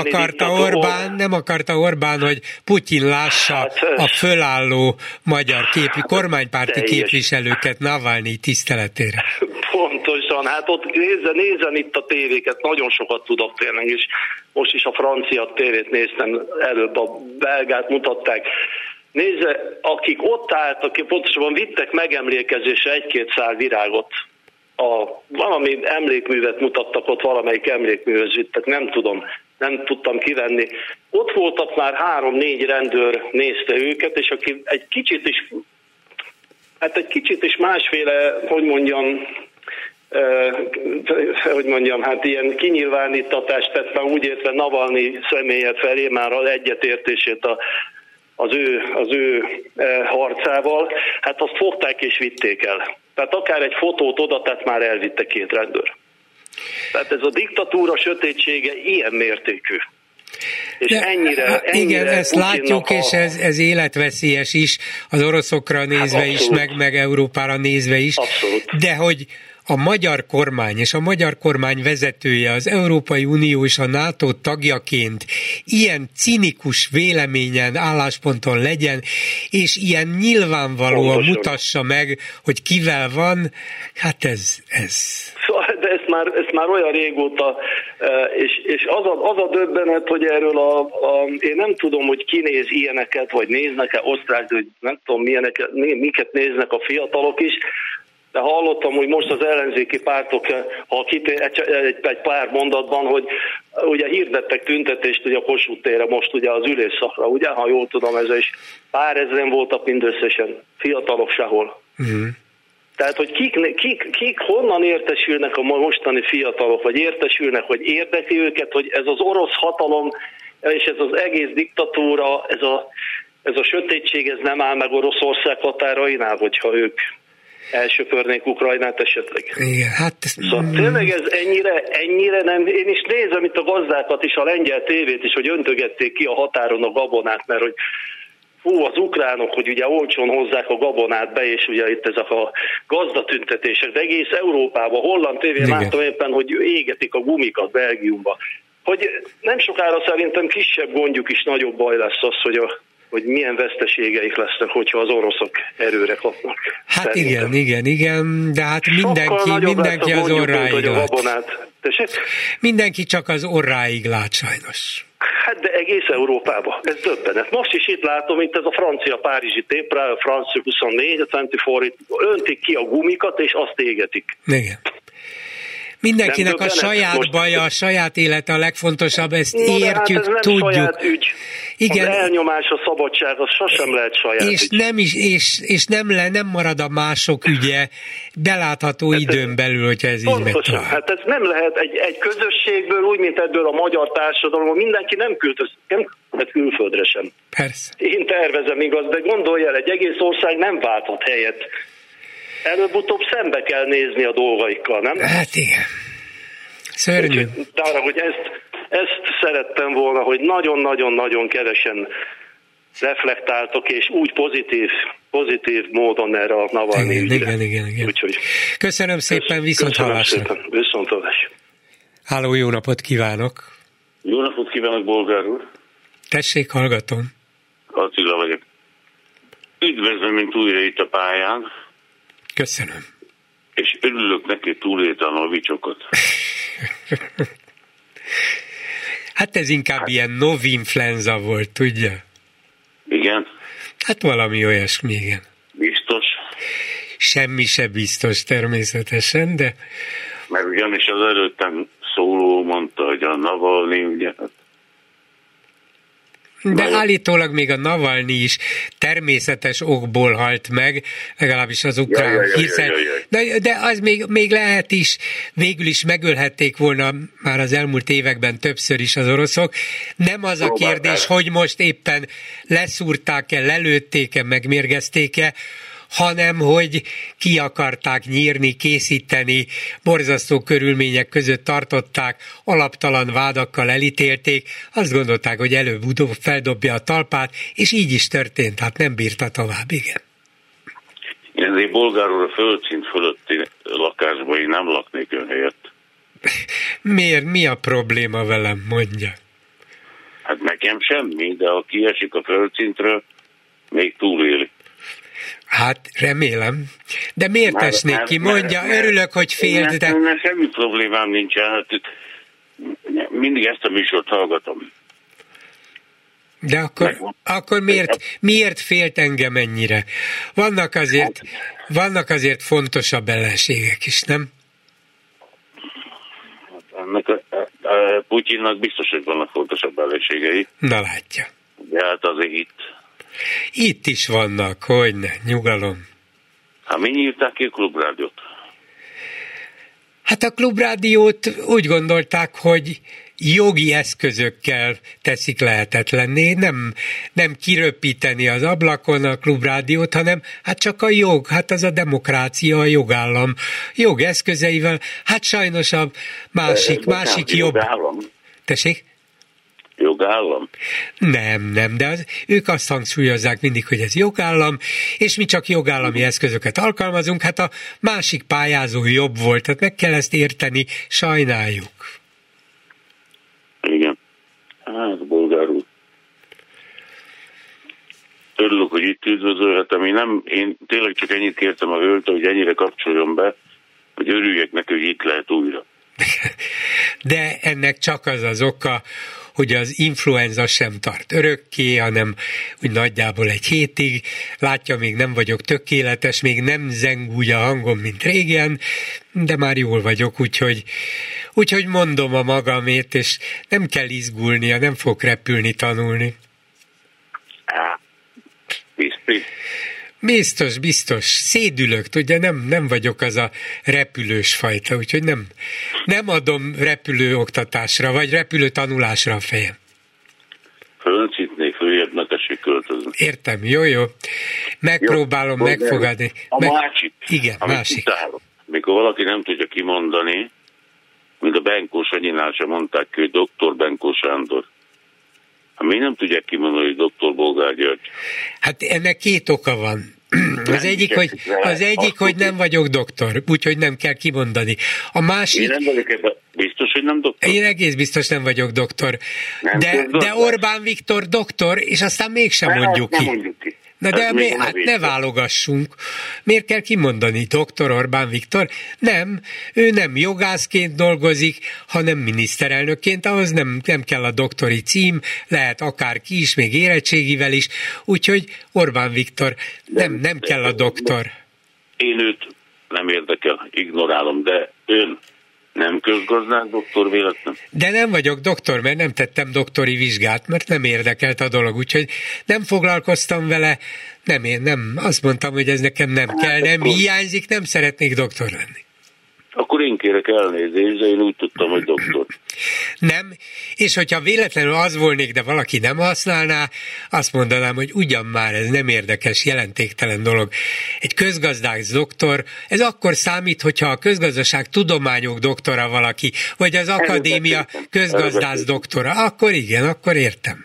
Nem akarta Orbán, hogy Putyin lássa a fölálló magyar kormánypárti képviselőket Navalnyi tiszteletére. Pontosan, hát ott nézzen itt a tévéket, nagyon sokat tudok tényleg, és most is a francia tévét néztem, előbb a belgát mutatták. Nézze, akik ott álltak, pontosabban vittek megemlékezésre egy-két szál virágot. Valami emlékművet mutattak ott, valamelyik emlékműhöz vittek, nem tudtam kivenni. Ott voltak már 3-4 rendőr nézte őket, és aki egy kicsit is másféle, hát ilyen kinyilvánítatást tett már úgy értve Navalnyi személye felé, már az egyetértését az ő harcával, hát azt fogták és vitték el. Tehát akár egy fotót oda tett, már elvitte 2 rendőr. Tehát ez a diktatúra sötétsége ilyen mértékű. És ennyire igen, ezt látjuk, és ez életveszélyes is, az oroszokra nézve is, meg Európára nézve is. Abszolút. De hogy a magyar kormány és a magyar kormány vezetője az Európai Unió és a NATO tagjaként ilyen cinikus véleményen, állásponton legyen, és ilyen nyilvánvalóan mutassa meg, hogy kivel van, hát ez. De ezt már olyan régóta, és az a döbbenet, hogy erről én nem tudom, hogy ki néz ilyeneket, vagy néznek-e osztrák, hogy nem tudom miket néznek a fiatalok is, de hallottam, hogy most az ellenzéki pártok, ha egy pár mondatban, hogy ugye hirdettek tüntetést ugye a Kossuth térre most ugye az ülésszakra, ugye, ha jól tudom, ez is pár ezren voltak mindösszesen, fiatalok sehol. Uh-huh. Tehát, hogy kik honnan értesülnek a mostani fiatalok, vagy értesülnek, hogy érdekli őket, hogy ez az orosz hatalom, és ez az egész diktatúra, ez a sötétség, ez nem áll meg Oroszország határainál, hogyha ők elsöpörnék Ukrajnát esetleg. Igen, hát... Szóval tényleg ez ennyire nem... Én is nézem itt a gazdákat is, a lengyel tévét is, hogy öntögették ki a határon a gabonát, mert hogy az ukránok, hogy ugye olcsón hozzák a gabonát be, és ugye itt ezek a gazdatüntetések, de egész Európában, holland tévén láttam éppen, hogy égetik a gumikat Belgiumba. Hogy nem sokára szerintem kisebb gondjuk is nagyobb baj lesz az, hogy milyen veszteségeik lesznek, hogyha az oroszok erőre kapnak. Hát szerintem. Igen, de hát mindenki az orráig lát. Mindenki csak az orráig lát sajnos. Hát de egész Európában, ez döbbenet. Most is itt látom, itt ez a francia párizsi tépre, a francia 24, a 24, öntik ki a gumikat, és azt égetik. Igen. Mindenkinek a saját baja, a saját élete a legfontosabb, ezt értjük, hát ez nem tudjuk. Saját ügy. Igen. Az elnyomás, a szabadság, az sosem lehet saját és ügy. És nem marad a mások ügye belátható időn belül, hogyha ez így megy tovább. Hát ez nem lehet egy közösségből, úgy, mint ebből a magyar társadalomból, mindenki nem küldhet külföldre sem. Persze. Én tervezem, igaz, de gondolj el, egy egész ország nem válthat helyet. Előbb-utóbb szembe kell nézni a dolgaikkal, nem? Hát igen. Szörnyű. Tehát, hogy ezt szerettem volna, hogy nagyon-nagyon-nagyon kevesen reflektáltok, és úgy pozitív módon erre a Navalnyi ügyre. Igen. Úgyhogy köszönöm szépen, viszont hallásra. Viszont hallásra. Háló, jó napot kívánok! Jó napot kívánok, Bolgár úr! Tessék, hallgatom. Attila vagyok. Üdvözlöm, mint újra itt a pályán. Köszönöm. És örülök neki, túléltem a vicsokat. Hát ez inkább ilyen novinfluenza volt, tudja? Igen? Hát valami olyasmi, igen. Biztos? Semmi se biztos természetesen, de... Mert ugyanis az előttem szóló mondta, hogy a Navalnyi, ugye... De állítólag még a Navalnyi is természetes okból halt meg, legalábbis az ukrán hiszen. De az még lehet is, végül is megölhették volna már az elmúlt években többször is az oroszok. Nem az a kérdés, hogy most éppen leszúrták-e, lelőtték-e, megmérgezték-e, hanem hogy ki akarták nyírni, készíteni, borzasztó körülmények között tartották, alaptalan vádakkal elítélték, azt gondolták, hogy előbb-utóbb feldobja a talpát, és így is történt, hát nem bírta tovább, igen. Én azért Bolgáról a földszint fölötti lakásban én nem laknék ön helyett. Miért? Mi a probléma velem, mondja? Hát nekem semmi, de ha kiesik a földszintről, még túléli. Hát remélem. De miért esnék ki? Mondja, örülök, hogy félt, de... Semmi problémám nincsen. Hát mindig ezt a műsort hallgatom. De akkor miért félt engem ennyire? Vannak azért fontosabb ellenségek is, nem? Ennek a Putyinnak biztos, hogy vannak fontosabb ellenségei. Na látja. De hát azért itt is vannak, hogyne, nyugalom. Hát mi nyírták ki a Klubrádiót? Hát a Klubrádiót úgy gondolták, hogy jogi eszközökkel teszik lehetetlenné, nem kiröpíteni az ablakon a Klubrádiót, hanem hát csak a jog, hát az a demokrácia, a jogállam jogeszközeivel, hát sajnos a másik jobb. Jogállam? Tessék? Jogállam? Nem, de ők azt hangsúlyozzák mindig, hogy ez jogállam, és mi csak jogállami eszközöket alkalmazunk, hát a másik pályázó jobb volt, tehát meg kell ezt érteni, sajnáljuk. Igen. Hát, Bolgár úr. Örülök, hogy itt üdvözölhetem. Én tényleg csak ennyit kértem a hölgytől, hogy ennyire kapcsoljon be, hogy örüljek neki, hogy itt lehet újra. De ennek csak az az oka, hogy az influenza sem tart örökké, hanem úgy nagyjából egy hétig. Látja, még nem vagyok tökéletes, még nem zeng úgy a hangom, mint régen, de már jól vagyok, úgyhogy mondom a magamét, és nem kell izgulnia, nem fog repülni, tanulni. Biztos. Szédülök, tudja, nem vagyok az a repülős fajta, úgyhogy nem adom repülő oktatásra, vagy repülő tanulásra a fejem. Földszintnék, följebb ne tessék költözni. Értem, jó. Megpróbálom megfogadni. Másik. Igen, másik. Mikor valaki nem tudja kimondani, mint a Benkó Sanyinál sem mondták ki, hogy Dr. Benkó Sándor. Mi nem tudják kimondani, hogy Dr. Bolgár György. Hát ennek két oka van. Az egyik, hogy nem vagyok doktor, úgyhogy nem kell kimondani. A másik... Én nem vagyok ebben biztos, hogy nem doktor? Én egész biztos nem vagyok doktor. De Orbán Viktor doktor, és aztán mégsem mondjuk ki. Na de ne válogassunk. Miért kell kimondani? Dr. Orbán Viktor? Nem, ő nem jogászként dolgozik, hanem miniszterelnökként, ahhoz nem kell a doktori cím, lehet akárki is, még érettségivel is, úgyhogy Orbán Viktor, nem kell a doktor. Én őt nem érdekel, ignorálom, de ön Nem közgazdák doktor véletlen? De nem vagyok doktor, mert nem tettem doktori vizsgát, mert nem érdekelt a dolog, úgyhogy nem foglalkoztam vele, nem, azt mondtam, hogy ez nekem nem kell, nem hiányzik, nem szeretnék doktor lenni. Akkor én kérek elnézést, de én úgy tudtam, hogy doktor. Nem, és hogyha véletlenül az volnék, de valaki nem használná, azt mondanám, hogy ugyan már ez nem érdekes, jelentéktelen dolog. Egy közgazdász doktor, ez akkor számít, hogyha a közgazdaság tudományok doktora valaki, vagy az akadémia közgazdász doktora, akkor igen, akkor értem.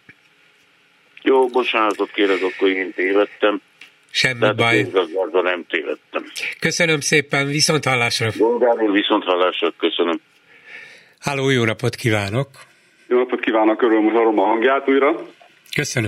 Jó, bocsánatot kérek, akkor én tévedtem. Semmi baj. Nem tévedtem. Köszönöm szépen, viszonthallásra. Bolgár úr, viszonthallásra, köszönöm. Háló, jó napot kívánok. Jó napot kívánok, örülöm, hogy hallom a hangját újra. Köszönöm.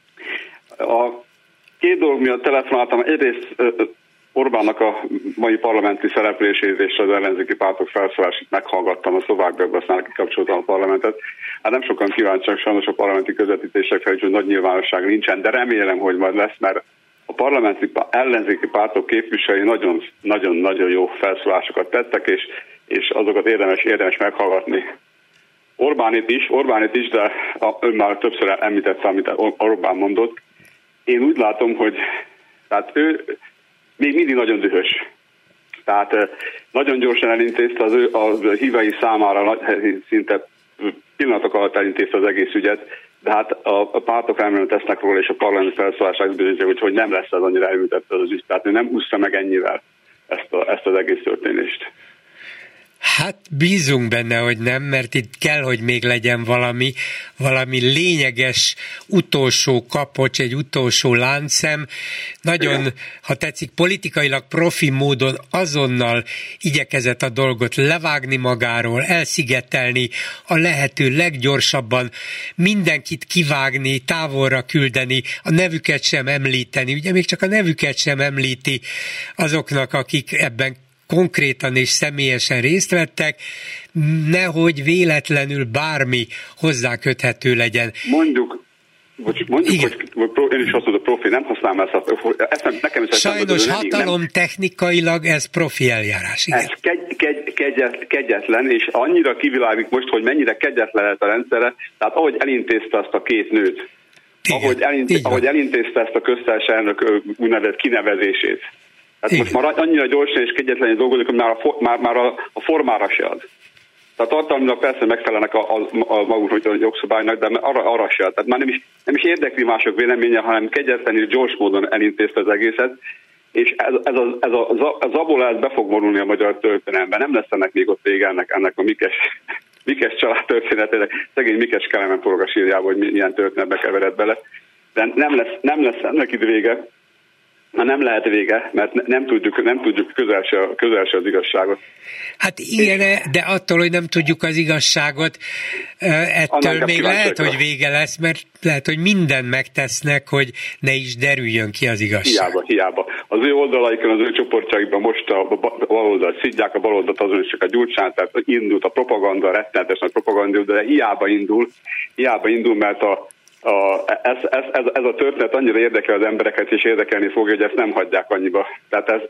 A két dolog miatt telefonáltam. Egyrészt Orbánnak a mai parlamenti szereplését és az ellenzéki pártok felszólását meghallgattam, a szlovákból, aztán kikapcsoltam a parlamentet. Hát nem sokan kíváncsiak sajnos a parlamenti közvetítésekre, úgyhogy nagy nyilvánosság nincsen, de remélem, hogy majd lesz, mert a parlamenti ellenzéki pártok képviselői nagyon jó felszólásokat tettek, és azokat érdemes meghallgatni. Orbánit is, de ön már többször említette, amit Orbán mondott. Én úgy látom, hogy tehát ő még mindig nagyon dühös. Tehát nagyon gyorsan elintézte a hívei számára, szinte pillanatok alatt elintézte az egész ügyet, de hát a pártok remélem tesznek róla, és a parlament felszólását bizonyítja, hogy nem lesz az annyira elültette az ügy. Tehát ő nem úszta meg ennyivel ezt az egész történést. Hát bízunk benne, hogy nem, mert itt kell, hogy még legyen valami lényeges utolsó kapocs, egy utolsó láncszem. Nagyon, ha tetszik, politikailag profi módon azonnal igyekezett a dolgot levágni magáról, elszigetelni, a lehető leggyorsabban mindenkit kivágni, távolra küldeni, a nevüket sem említeni. Ugye még csak a nevüket sem említi azoknak, akik ebben konkrétan és személyesen részt vettek, nehogy véletlenül bármi hozzáköthető legyen. Mondjuk, hogy én is azt mondom, profi, nem használom ezt. Nekem is sajnos hatalomtechnikailag ez profi eljárás. Igen. Ez kegyetlen, és annyira kivilágít most, hogy mennyire kegyetlen lehet a rendszerre, tehát ahogy elintézte azt a két nőt, ahogy elintézte ezt a köztársasági elnök úgynevezett kinevezését. Hát most már annyira gyorsan és kegyetlenül dolgozik, hogy már a formára se ad. Tehát tartalmilag persze megfelelnek a maguk jogszabálynak, de arra se ad. Tehát már nem is érdekli mások véleménye, hanem kegyetlenül gyors módon elintézte az egészet, és ez a zabolás be fog vonulni a magyar történelemben. Nem lesz ennek még ott vége ennek a Mikes család történetének. Szegény Mikes Kelemen forog a sírjába, hogy milyen történetbe keveredett bele. De nem lesz ennek itt vége. Nem lehet vége, mert nem tudjuk közel se az igazságot. Hát igen, de attól, hogy nem tudjuk az igazságot, ettől még lehet, hogy vége lesz, mert lehet, hogy mindent megtesznek, hogy ne is derüljön ki az igazság. Hiába. Az ő oldalaikon, az ő csoportjaikban most a baloldalt szidják, a baloldalt azon is csak a Gyurcsány, tehát indult a propaganda, rettenetes nagy propaganda, de hiába indul, mert ez a történet annyira érdekel az embereket, és érdekelni fogja, hogy ezt nem hagyják annyiba. Tehát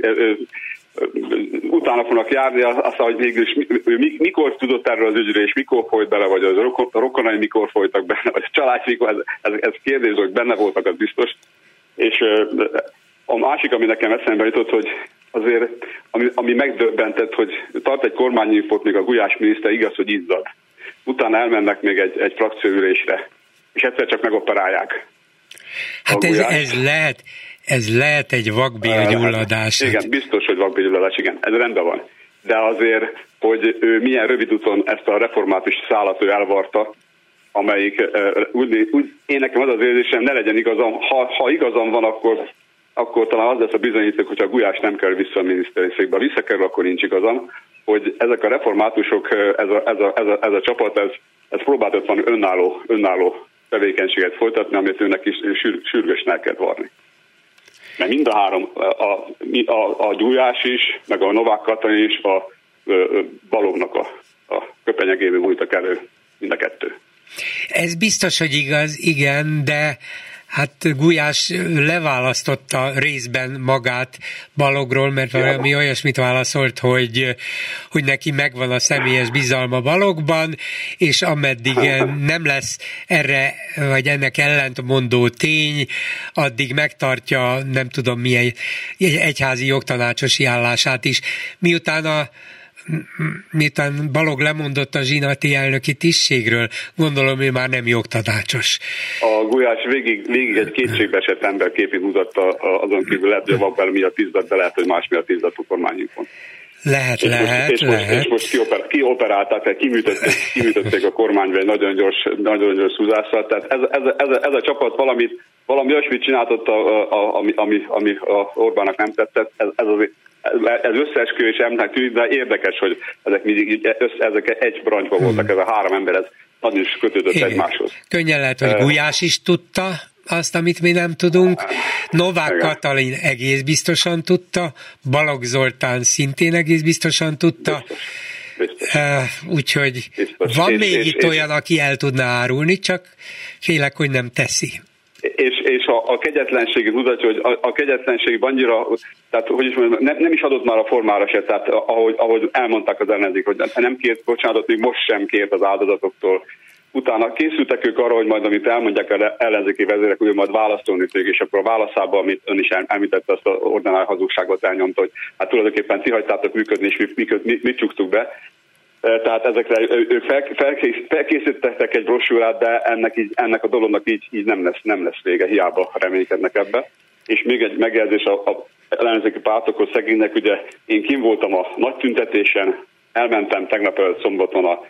utána fognak járni, azt, hogy végülis mikor tudott erről az ügyről, és mikor folyt bele, vagy az a rokonai mikor folytak benne, vagy a család mikor, ez kérdés, hogy benne voltak, az biztos. És a másik, ami nekem eszembe jutott, hogy azért, ami megdöbbentett, hogy tart egy kormányinfót még a Gulyás miniszter, igaz, hogy izzad. Utána elmennek még egy frakcióülésre, és egyszer csak megoperálják. Hát ez lehet egy vakbélgyulladás. Igen, biztos, hogy vakbélgyulladás, igen, ez rendben van. De azért, hogy ő milyen rövid úton ezt a református szállat ő elvarta, amelyik én nekem az az érzésem, ne legyen igazam, ha igazam van, akkor talán az lesz a bizonyíték, hogyha a Gulyás nem kerül vissza a miniszteri székbe. Ha visszakerül, akkor nincs igazam, hogy ezek a reformátusok, ez a csapat, ez próbáltott van önálló tevékenységet folytatni, amit őnek is sürgősen el kell varni. Mert mind a három, a Gyulyás is, meg a Novák Katalin is a Balognak a köpenyegéből bújtak elő, mind a kettő. Ez biztos, hogy igaz, igen, de Hát Gulyás leválasztotta részben magát Balogról, mert valami olyasmit válaszolt, hogy neki megvan a személyes bizalma Balogban, és ameddig nem lesz erre, vagy ennek ellentmondó tény, addig megtartja nem tudom milyen egyházi jogtanácsosi állását is. Miután Balog lemondott a zsinati elnöki tisztségről, gondolom, ő már nem jogtanácsos. A Gulyás végig egy kétségbeesett ember képét mutatta, azon kívül lehet, hogy a Vakbel miatt tízdat, de lehet, hogy más miatt tízdat a kormányunkon. Lehet. És most kioperálták, tehát kiműtötték a kormányba egy nagyon gyors húzással. Tehát ez a csapat valami olyasmit csináltott, ami a Orbánnak nem tetszett. Ez összeesküvés emléknek tűnik, de érdekes, hogy ezek egy brancsban voltak, ez a három ember, ez nagyon is kötődött egymáshoz. Könnyen lehet, hogy Gulyás is tudta azt, amit mi nem tudunk. Novák Katalin egész biztosan tudta, Balogh Zoltán szintén egész biztosan tudta. Biztos. Úgyhogy van még itt olyan, aki el tudná árulni, csak félek, hogy nem teszi. És a kegyetlenségét mutatja, hogy a kegyetlenség annyira, tehát hogy is mondjam, nem is adott már a formára se, tehát ahogy elmondták az ellenzék, hogy nem kért bocsánatot, még most sem kért az áldozatoktól. Utána készültek ők arra, hogy majd amit elmondják az ellenzéki vezérek, hogy majd válaszolni fog, és akkor a válaszában, amit ön is említette, azt az ordinári hazugságot elnyomta, hogy hát tulajdonképpen ti hagytátok működni, és mi csuktuk be. Tehát ezekre ők felkészítettek egy brosúrát, de ennek a dolognak így nem lesz vége, hiába reménykednek ebbe. És még egy megjegyzés a ellenzéki pártokhoz szegénynek, ugye én kim voltam a nagy tüntetésen, elmentem tegnap előtt szombaton a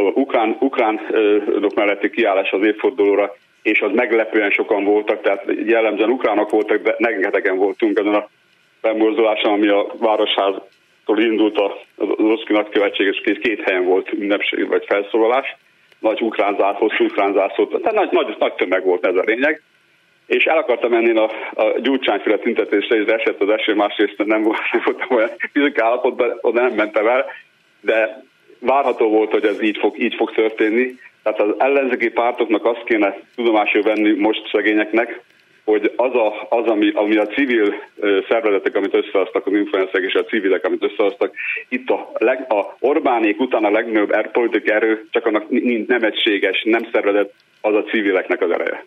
ukránok melletti kiállás az évfordulóra, és az meglepően sokan voltak, tehát jellemzően ukránok voltak, de rengetegen voltunk ezen a bemorzuláson, ami a Városháztól indult az Oroszki nagykövetség, és két helyen volt ünnepség vagy felszólalás, nagy ukrán zászló, tehát nagy tömeg volt, ez a lényeg. És el akartam menni a Gyurcsányféle tüntetésre, és esett az eső, másrészt nem voltam olyan fizikai állapotban, oda nem mentem el, de várható volt, hogy ez így fog történni. Tehát az ellenzéki pártoknak azt kéne tudomásul venni most szegényeknek, hogy az ami a civil szervezetek, amit összehoztak, az influencerek és a civilek, amit összehoztak, itt a Orbánék után a legnagyobb politikai erő, csak annak nem egységes, nem szervezett, az a civileknek az ereje.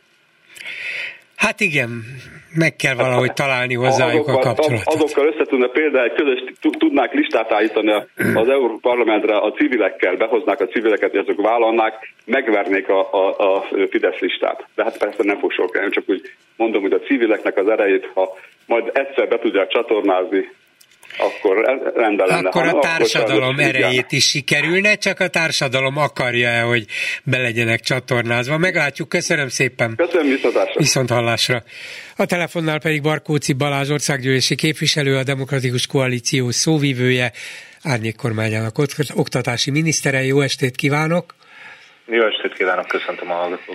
Hát igen, meg kell valahogy találni hozzájuk a kapcsolatot. Azokkal összetudna például egy közös, tudnák listát állítani az Európai Parlamentre a civilekkel, behoznák a civileket, hogy azok vállalnák, megvernék a Fidesz listát. De hát persze nem fog sor kerülni, csak úgy mondom, hogy a civileknek az erejét, ha majd egyszer be tudják csatornázni, akkor rendben lenne. Akkor a társadalom erejét is sikerülne, csak a társadalom akarja, hogy be legyenek csatornázva. Meglátjuk, köszönöm szépen. Köszönöm, viszont hallásra. A telefonnál pedig Barkóczy Balázs országgyűlési képviselő, a Demokratikus Koalíció szóvivője, Árnyék kormányának oktatási minisztere. Jó estét kívánok! Jó estét kívánok, köszöntöm a hallgatót.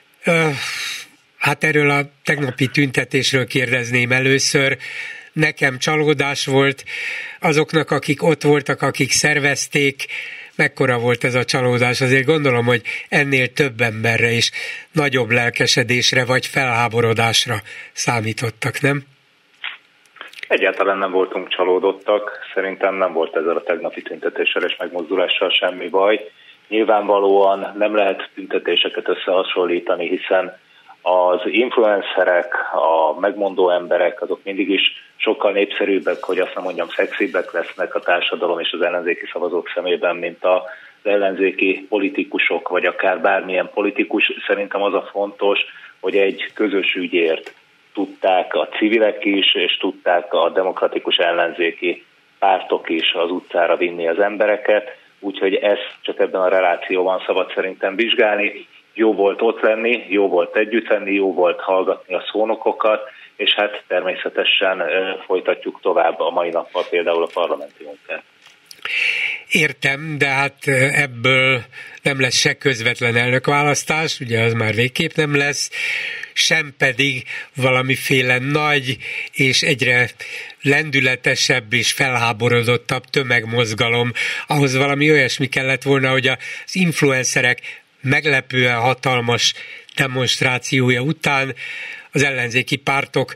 Hát erről a tegnapi tüntetésről kérdezném először. Nekem csalódás volt, azoknak, akik ott voltak, akik szervezték, mekkora volt ez a csalódás? Azért gondolom, hogy ennél több emberre és nagyobb lelkesedésre vagy felháborodásra számítottak, nem? Egyáltalán nem voltunk csalódottak, szerintem nem volt ezzel a tegnapi tüntetéssel és megmozdulással semmi baj. Nyilvánvalóan nem lehet tüntetéseket összehasonlítani, hiszen az influencerek, a megmondó emberek, azok mindig is sokkal népszerűbbek, hogy azt nem mondjam, szexibbek lesznek a társadalom és az ellenzéki szavazók szemében, mint az ellenzéki politikusok, vagy akár bármilyen politikus. Szerintem az a fontos, hogy egy közös ügyért tudták a civilek is, és tudták a demokratikus ellenzéki pártok is az utcára vinni az embereket, úgyhogy ezt csak ebben a relációban szabad szerintem vizsgálni. Jó volt ott lenni, jó volt együtt lenni, jó volt hallgatni a szónokokat, és hát természetesen folytatjuk tovább a mai nappal például a parlamenti munkát. Értem, de hát ebből nem lesz se közvetlen elnökválasztás, ugye az már végképp nem lesz, sem pedig valamiféle nagy és egyre lendületesebb és felháborodottabb tömegmozgalom. Ahhoz valami olyasmi kellett volna, hogy az influencerek meglepően hatalmas demonstrációja után az ellenzéki pártok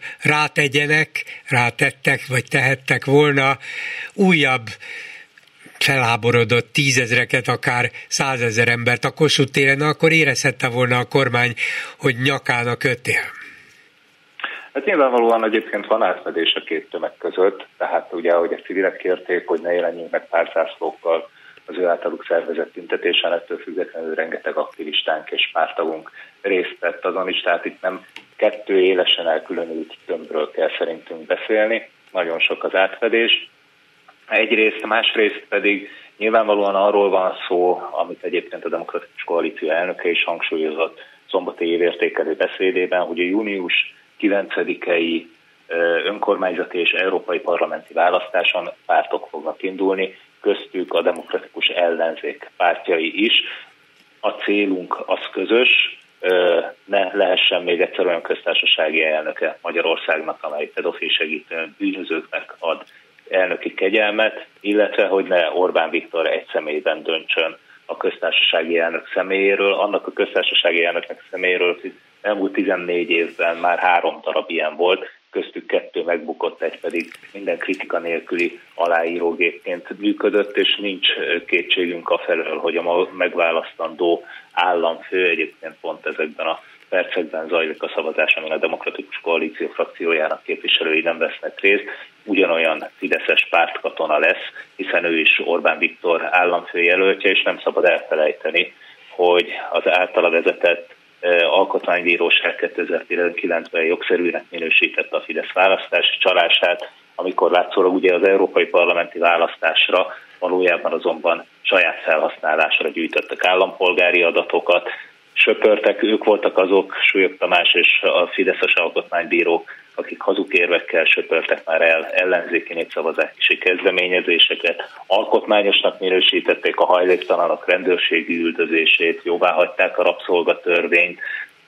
rátettek, vagy tehettek volna újabb felháborodott 10 000-eket, akár 100 000 embert a Kossuth téren, akkor érezhette volna a kormány, hogy nyakán a kötél. Hát nyilvánvalóan egyébként van átfedés a két tömeg között, tehát ugye, ahogy a civilek kérték, hogy ne jelenjünk meg pártzászlókkal az ő általuk szervezett tüntetésen, ettől függetlenül rengeteg aktivistánk és párttagunk részt vett azon is, tehát itt nem kettő élesen elkülönült tömbről kell szerintünk beszélni, nagyon sok az átfedés. Egyrészt, másrészt pedig nyilvánvalóan arról van szó, amit egyébként a Demokratikus Koalíció elnöke is hangsúlyozott szombati évértékelő beszédében, hogy a június 9-i önkormányzati és európai parlamenti választáson pártok fognak indulni, köztük a demokratikus ellenzék pártjai is. A célunk az közös, ne lehessen még egyszer olyan köztársasági elnöke Magyarországnak, amely pedofil segítőn bűnözőknek ad elnöki kegyelmet, illetve hogy ne Orbán Viktor egy személyben döntsön a köztársasági elnök személyéről, annak a köztársasági elnöknek személyéről, hogy elmúlt 14 évben már 3 darab ilyen volt, köztük 2 megbukott, egy pedig minden kritika nélküli aláírógépként működött, és nincs kétségünk afelől, hogy a megválasztandó államfő, egyébként pont ezekben a percekben zajlik a szavazás, amin a Demokratikus Koalíció frakciójának képviselői nem vesznek részt, ugyanolyan fideszes pártkatona lesz, hiszen ő is Orbán Viktor államfőjelöltje, és nem szabad elfelejteni, hogy az általa vezetett alkotmánybíróság 2019-ben jogszerűnek minősítette a Fidesz választási csalását, amikor látszólag ugye az európai parlamenti választásra valójában azonban saját felhasználásra gyűjtöttek állampolgári adatokat, söpörtek, ők voltak azok, Súlyog Tamás és a fideszes alkotmánybírók, akik hazug érvekkel söpörtek már el ellenzéki népszavazási kezdeményezéseket, alkotmányosnak minősítették a hajléktalanok rendőrségi üldözését, jóváhagyták a rabszolgatörvényt,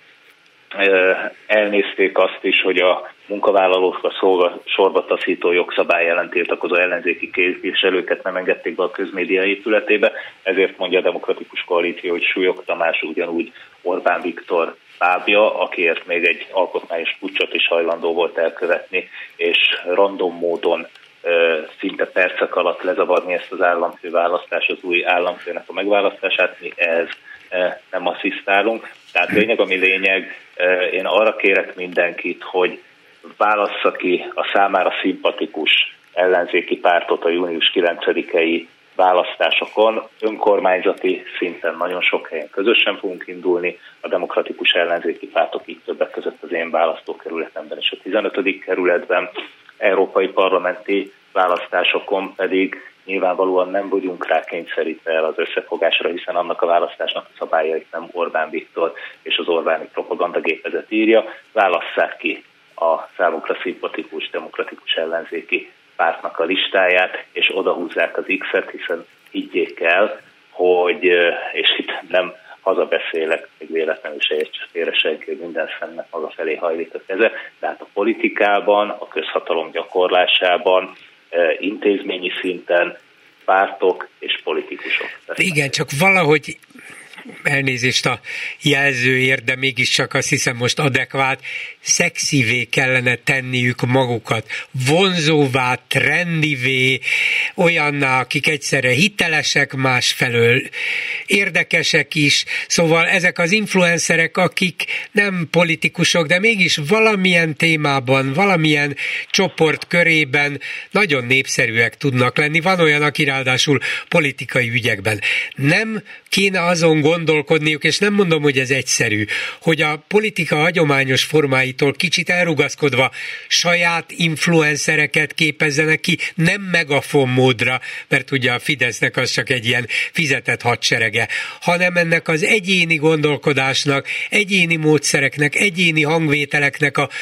elnézték azt is, hogy a munkavállalókra sorba taszító jogszabály ellen tiltakozó ellenzéki képviselőket nem engedték be a közmédia épületébe, ezért mondja a Demokratikus Koalíció, hogy Súlyog Tamás ugyanúgy Orbán Viktor bábja, akiért még egy alkotmányos puccsot is hajlandó volt elkövetni, és random módon szinte percek alatt lezavarni ezt az államfő választást, az új államfőnek a megválasztását, mi ehhez nem asszisztálunk. Tehát lényeg, ami lényeg, én arra kérek mindenkit, hogy válassza ki a számára szimpatikus ellenzéki pártot a június 9-i választásokon. Önkormányzati szinten nagyon sok helyen közösen fogunk indulni, a demokratikus ellenzéki pártok így többek között az én választókerületemben és a 15. kerületben, európai parlamenti választásokon pedig nyilvánvalóan nem vagyunk rá kényszerítve el az összefogásra, hiszen annak a választásnak a szabályait nem Orbán Viktor és az Orbáni propagandagépezet írja. Válasszák ki a számukra szimpatikus demokratikus ellenzéki pártnak a listáját, és odahúzzák az X-et, hiszen higgyék el, hogy, és itt nem hazabeszélek, még véletlenül se értse senki, hogy minden szemnek maga felé hajlik a keze, de hát a politikában, a közhatalom gyakorlásában, intézményi szinten pártok és politikusok. Igen, csak valahogy elnézést a jelzőért, de mégiscsak azt hiszem most adekvát, szexivé kellene tenniük magukat, vonzóvá, trendivé, olyanná, akik egyszerre hitelesek, másfelől érdekesek is, szóval ezek az influencerek, akik nem politikusok, de mégis valamilyen témában, valamilyen csoport körében nagyon népszerűek tudnak lenni. Van olyan, aki ráadásul politikai ügyekben. Nem kéne azon gondolkodniuk, és nem mondom, hogy ez egyszerű, hogy a politika hagyományos formáitól kicsit elrugaszkodva saját influencereket képezzenek ki, nem megafon módra, mert ugye a Fidesznek az csak egy ilyen fizetett hadserege, hanem ennek az egyéni gondolkodásnak, egyéni módszereknek, egyéni hangvételeknek a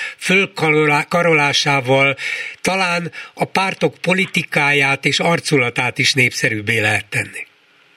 fölkarolásával talán a pártok politikáját és arculatát is népszerűbbé lehet tenni.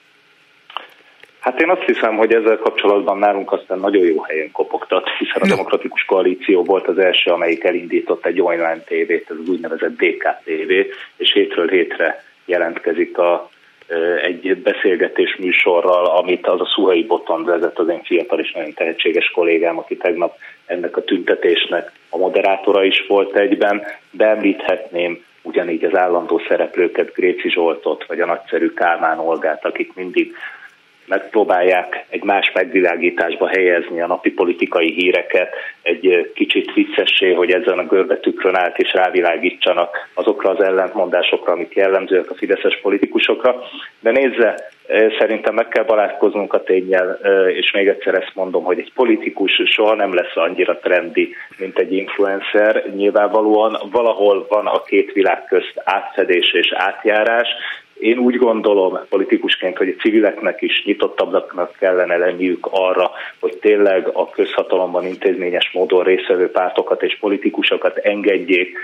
Hát én azt hiszem, hogy ezzel kapcsolatban nálunk aztán nagyon jó helyen kopogtat, hiszen a Demokratikus Koalíció volt az első, amelyik elindított egy online tévét, ez az úgynevezett DK TV, és hétről hétre jelentkezik a egy beszélgetés műsorral, amit az a Szuhai Botond vezet, az én fiatal és nagyon tehetséges kollégám, aki tegnap ennek a tüntetésnek a moderátora is volt egyben, de említhetném ugyanígy az állandó szereplőket, Gréci Zsoltot, vagy a nagyszerű Kálmán Olgát, akik mindig megpróbálják egy más megvilágításba helyezni a napi politikai híreket, egy kicsit viccessé, hogy ezen a görbetükrön át is rávilágítsanak azokra az ellentmondásokra, amik jellemzőek a fideszes politikusokra. De nézze, szerintem meg kell barátkoznunk a ténnyel, és még egyszer ezt mondom, hogy egy politikus soha nem lesz annyira trendi, mint egy influencer. Nyilvánvalóan valahol van a két világ közt átfedés és átjárás. Én úgy gondolom politikusként, hogy a civileknek is nyitottabbnak kellene lenniük arra, hogy tényleg a közhatalomban intézményes módon résztvevő pártokat és politikusokat engedjék,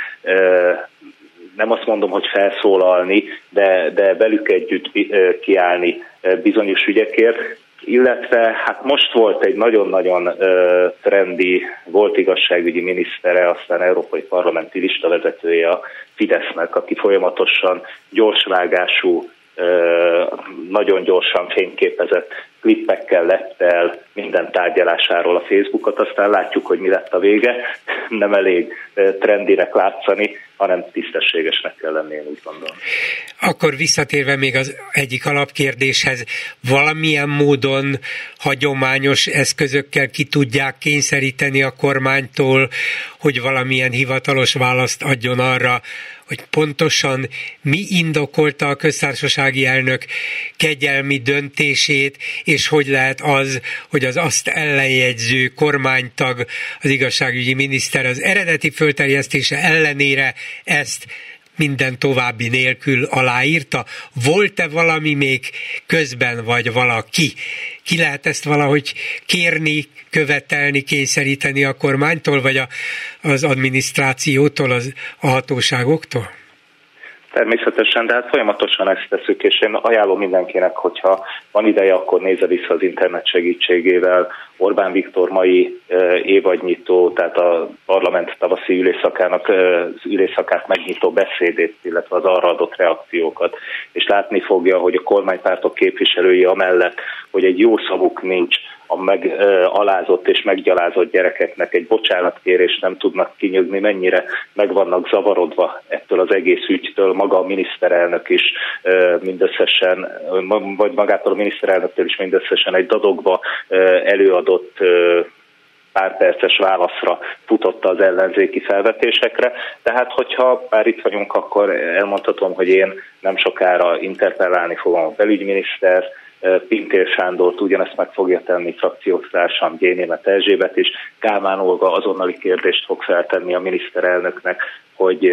nem azt mondom, hogy felszólalni, de velük együtt kiállni bizonyos ügyekért. Illetve hát most volt egy nagyon-nagyon trendi, volt igazságügyi minisztere, aztán európai parlamenti listavezetője a Fidesznek, aki folyamatosan gyorsvágású, nagyon gyorsan fényképezett klippekkel lette el minden tárgyalásáról a Facebookot, aztán látjuk, hogy mi lett a vége. Nem elég trendinek látszani, hanem tisztességesnek kell lenni, én úgy gondolom. Akkor visszatérve még az egyik alapkérdéshez, valamilyen módon hagyományos eszközökkel ki tudják kényszeríteni a kormánytól, hogy valamilyen hivatalos választ adjon arra, hogy pontosan mi indokolta a köztársasági elnök kegyelmi döntését, és hogy lehet az, hogy az azt ellenjegyző kormánytag, az igazságügyi miniszter az eredeti fölterjesztése ellenére ezt minden további nélkül aláírta? Volt-e valami még közben, vagy valaki? Ki lehet ezt valahogy kérni, követelni, kényszeríteni a kormánytól, vagy az adminisztrációtól, a hatóságoktól? Természetesen, de hát folyamatosan ezt tesszük, és én ajánlom mindenkinek, hogyha van ideje, akkor nézze vissza az internet segítségével Orbán Viktor mai évadnyitó, tehát a parlament tavaszi ülésszakát megnyitó beszédét, illetve az arra adott reakciókat, és látni fogja, hogy a kormánypártok képviselői amellett, hogy egy jó szavuk nincs a alázott és meggyalázott gyerekeknek, egy bocsánatkérést nem tudnak kinyögni, mennyire meg vannak zavarodva ettől az egész ügytől, maga a miniszterelnök is mindösszesen, vagy magától a miniszterelnöktől is mindösszesen egy dadogba előadott pár perces válaszra futotta az ellenzéki felvetésekre. Tehát, hogyha már itt vagyunk, akkor elmondhatom, hogy én nem sokára interpellálni fogom a belügyminiszter, Pintér Sándort, ugyanezt meg fogja tenni frakciótársam Gyénémet Erzsébet is. Kálmán Olga azonnali kérdést fog feltenni a miniszterelnöknek, hogy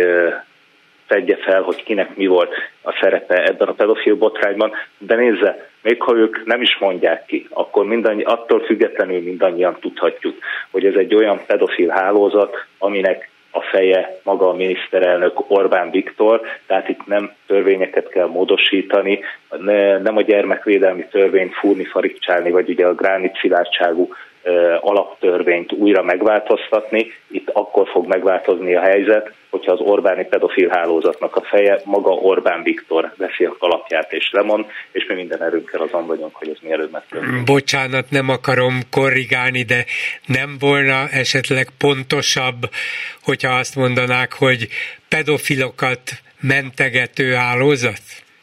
fedje fel, hogy kinek mi volt a szerepe ebben a pedofil botrányban. De nézze, még ha ők nem is mondják ki, akkor attól függetlenül mindannyian tudhatjuk, hogy ez egy olyan pedofil hálózat, aminek a feje maga a miniszterelnök Orbán Viktor, tehát itt nem törvényeket kell módosítani, nem a gyermekvédelmi törvényt fúrni, farigcsálni, vagy ugye a gránit szilárdságú alaptörvényt újra megváltoztatni. Itt akkor fog megváltozni a helyzet, hogyha az Orbáni pedofil hálózatnak a feje maga Orbán Viktor veszi a kalapját és lemond, és mi minden erőnkkel azon vagyunk, hogy ez mielőbb megtörténik. Bocsánat, nem akarom korrigálni, de nem volna esetleg pontosabb, hogyha azt mondanák, hogy pedofilokat mentegető hálózat?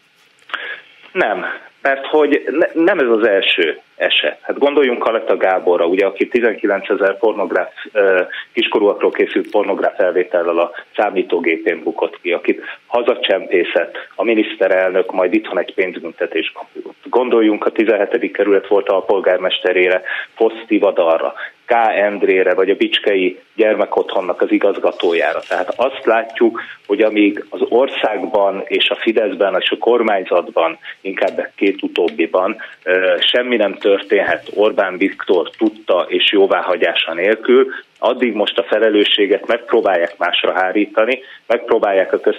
Nem, mert hogy nem ez az első eset. Hát gondoljunk Kaletta Gáborra, ugye, aki 19 000 kiskorúakról készült pornográf felvétellel a számítógépén bukott ki, akit hazacsempészett a miniszterelnök, majd itthon egy pénzbüntetés kapott. Gondoljunk a 17. kerület volt a polgármesterére, Fosz Tivadarra, K. Endrére, vagy a Bicskei gyermekotthonnak az igazgatójára. Tehát azt látjuk, hogy amíg az országban és a Fideszben és a kormányzatban, inkább két utóbbiban semmi nem történhet Orbán Viktor tudta és jóváhagyása nélkül, addig most a felelősséget megpróbálják másra hárítani, megpróbálták a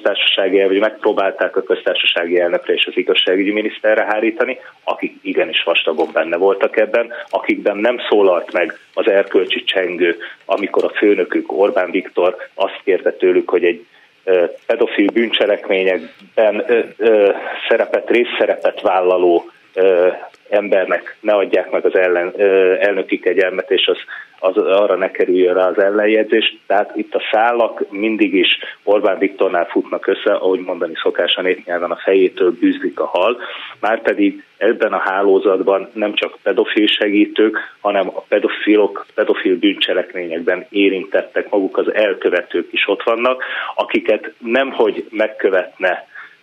köztársasági elnökre és az igazságügyi miniszterre hárítani, akik igenis vastagon benne voltak ebben, akikben nem szólalt meg az erkölcsi csengő, amikor a főnökük Orbán Viktor azt kérte tőlük, hogy egy pedofil bűncselekményekben részszerepet vállaló embernek ne adják meg az elnöki kegyelmet, és az arra ne kerüljön rá az ellenjegyzés. Tehát itt a szálak mindig is Orbán Viktornál futnak össze, ahogy mondani szokás a népnyelven, a fejétől bűzlik a hal, márpedig ebben a hálózatban nem csak pedofil segítők, hanem a pedofil bűncselekményekben érintettek, maguk az elkövetők is ott vannak, akiket nemhogy megkövetne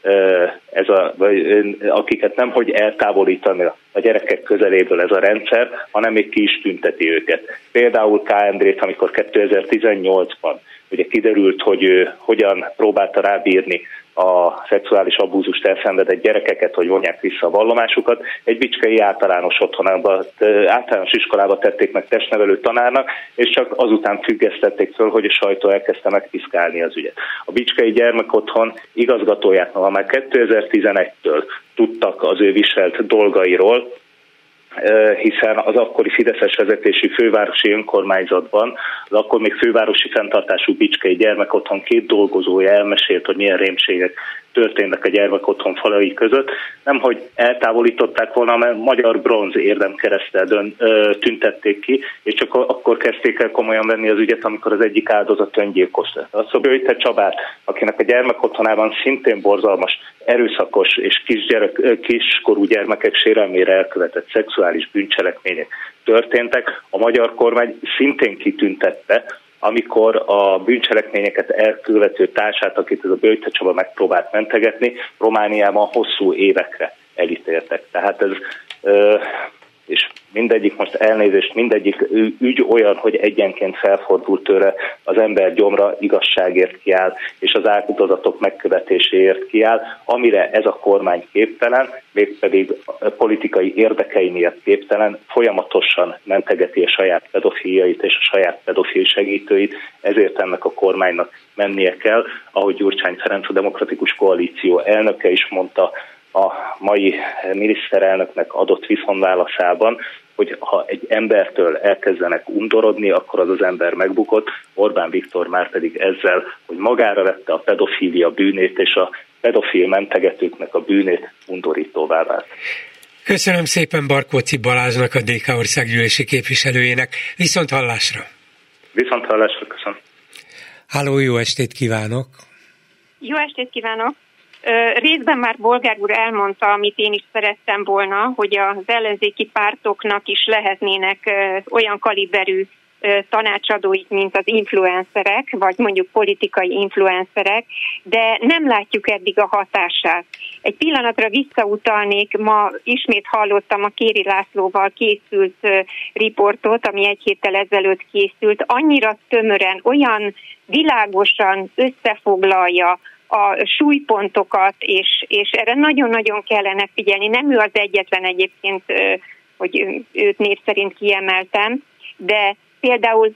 akiket nemhogy eltávolítani a gyerekek közeléből ez a rendszer, hanem még ki is tünteti őket. Például K. Endrét, amikor 2018-ban ugye kiderült, hogy ő hogyan próbálta rábírni a szexuális abúzust elszenvedett gyerekeket, hogy vonják vissza a vallomásukat, egy bicskei általános általános iskolába tették meg testnevelő tanárnak, és csak azután függesztették föl, hogy a sajtó elkezdte megpiszkálni az ügyet. A Bicskei Gyermekotthon igazgatóját, ha már 2011-től tudtak az ő viselt dolgairól, hiszen az akkori fideszes vezetésű fővárosi önkormányzatban, az akkor még fővárosi fenntartású Bicskei Gyermekotthon 2 dolgozója elmesélt, hogy milyen rémségek történnek a gyermekotthon falai között, nemhogy eltávolították volna, mert magyar bronz érdemkereszttel tüntették ki, és csak akkor kezdték el komolyan venni az ügyet, amikor az egyik áldozat öngyilkos. Azt Böjte Csabát, akinek a gyermekotthonában szintén borzalmas, erőszakos és kiskorú gyermekek sérelmére elkövetett szexuális bűncselekmények történtek, a magyar kormány szintén kitüntette, amikor a bűncselekményeket elkövető társát, akit ez a Böjte Csaba megpróbált mentegetni, Romániában hosszú évekre elítéltek. Tehát ez, és mindegyik, most elnézést, mindegyik ügy olyan, hogy egyenként felfordult tőle az ember gyomra, igazságért kiáll, és az áldozatok megkövetéséért kiáll, amire ez a kormány képtelen, mégpedig politikai érdekei miatt képtelen, folyamatosan mentegeti a saját pedofiljait és a saját pedofil segítőit, ezért ennek a kormánynak mennie kell, ahogy Gyurcsány Ferenc, a Demokratikus Koalíció elnöke is mondta a mai miniszterelnöknek adott viszonválaszában, hogy ha egy embertől elkezdenek undorodni, akkor az ember megbukott. Orbán Viktor már pedig ezzel, hogy magára vette a pedofília bűnét és a pedofil mentegetőknek a bűnét, undorítóvá vált. Köszönöm szépen Barkóczy Balázsnak, a DK országgyűlési képviselőjének. Viszont hallásra! Viszont hallásra, köszönöm. Háló, jó estét kívánok! Jó estét kívánok! Részben már Bolgár úr elmondta, amit én is szerettem volna, hogy az ellenzéki pártoknak is lehetnének olyan kaliberű tanácsadóik, mint az influencerek, vagy mondjuk politikai influencerek, de nem látjuk eddig a hatását. Egy pillanatra visszautalnék, ma ismét hallottam a Kéri Lászlóval készült riportot, ami 1 héttel ezelőtt készült, annyira tömören, olyan világosan összefoglalja a súlypontokat, és erre nagyon-nagyon kellene figyelni. Nem ő az egyetlen egyébként, hogy őt név szerint kiemeltem, de például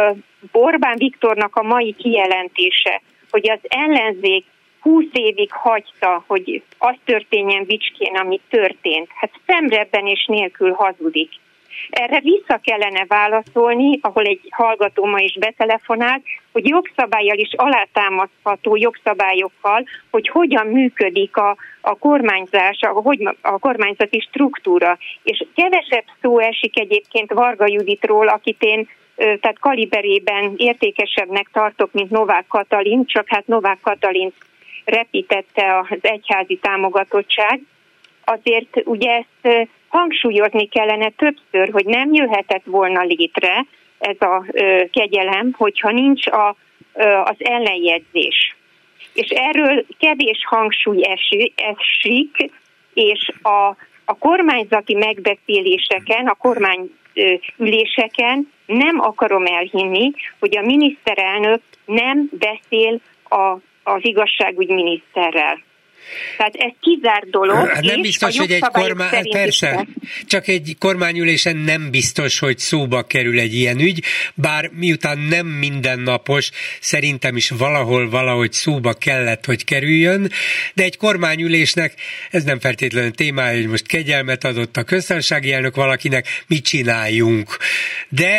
Orbán Viktornak a mai kijelentése, hogy az ellenzék 20 évig hagyta, hogy az történjen Bicskén, ami történt. Hát szemrebbenés nélkül hazudik. Erre vissza kellene válaszolni, ahol egy hallgató ma is betelefonált, hogy jogszabállyal is alátámasztható jogszabályokkal, hogy hogyan működik a kormányzás, a kormányzati struktúra. És kevesebb szó esik egyébként Varga Juditról, akit én tehát kaliberében értékesebbnek tartok, mint Novák Katalin, csak hát Novák Katalin repítette az egyházi támogatottság. Azért ugye ezt hangsúlyozni kellene többször, hogy nem jöhetett volna létre ez a kegyelem, hogyha nincs az ellenjegyzés. És erről kevés hangsúly esik, és a kormányzati megbeszéléseken, a kormányüléseken nem akarom elhinni, hogy a miniszterelnök nem beszél az igazságügyminiszterrel. Tehát ez kizárt dolog. Nem biztos, hogy egy kormány, persze, csak egy kormányülésen nem biztos, hogy szóba kerül egy ilyen ügy, bár miután nem mindennapos, szerintem is valahogy szóba kellett, hogy kerüljön, de egy kormányülésnek ez nem feltétlenül témája, hogy most kegyelmet adott a köztársasági elnök valakinek, mit csináljunk. De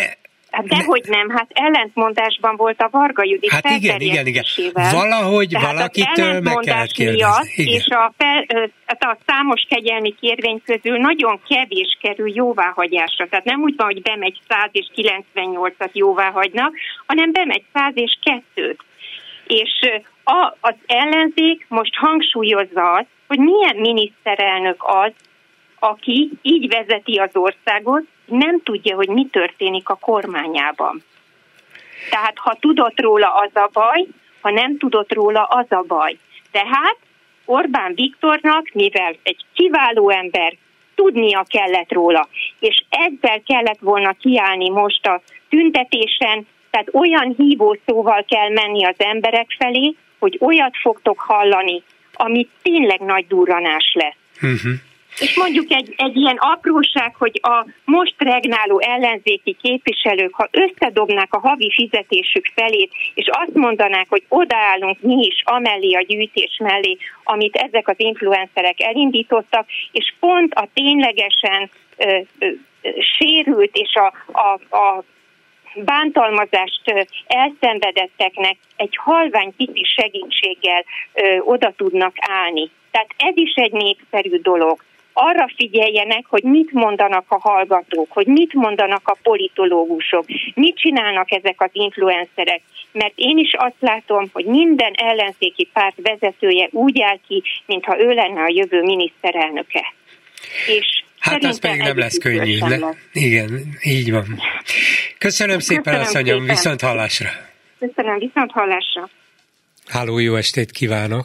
Hát dehogy nem, hát ellentmondásban volt a Varga Judit felterjesztésével. Igen. Valahogy valakitől meg kellett kérdezni. És a számos kegyelmi kérvény közül nagyon kevés kerül jóváhagyásra. Tehát nem úgy van, hogy bemegy 100 és 98-at jóváhagynak, hanem bemegy 100 és 2-t. És az ellenzék most hangsúlyozza azt, hogy milyen miniszterelnök az, aki így vezeti az országot, nem tudja, hogy mi történik a kormányában. Tehát ha tudott róla, az a baj, ha nem tudott róla, az a baj. Tehát Orbán Viktornak, mivel egy kiváló ember, tudnia kellett róla, és ezzel kellett volna kiállni most a tüntetésen, tehát olyan hívószóval kell menni az emberek felé, hogy olyat fogtok hallani, ami tényleg nagy durranás lesz. Uh-huh. És mondjuk egy ilyen apróság, hogy a most regnáló ellenzéki képviselők, ha összedobnák a havi fizetésük felét, és azt mondanák, hogy odaállunk mi is amellé a gyűjtés mellé, amit ezek az influencerek elindítottak, és pont a ténylegesen sérült és a bántalmazást elszenvedetteknek egy halvány pici segítséggel oda tudnak állni. Tehát ez is egy népszerű dolog. Arra figyeljenek, hogy mit mondanak a hallgatók, hogy mit mondanak a politológusok, mit csinálnak ezek az influencerek. Mert én is azt látom, hogy minden ellenzéki párt vezetője úgy áll ki, mintha ő lenne a jövő miniszterelnöke. És hát az pedig nem lesz könnyű. Igen, így van. Köszönöm szépen, asszonyom, viszont hallásra. Köszönöm, viszont hallásra. Háló, jó estét kívánok.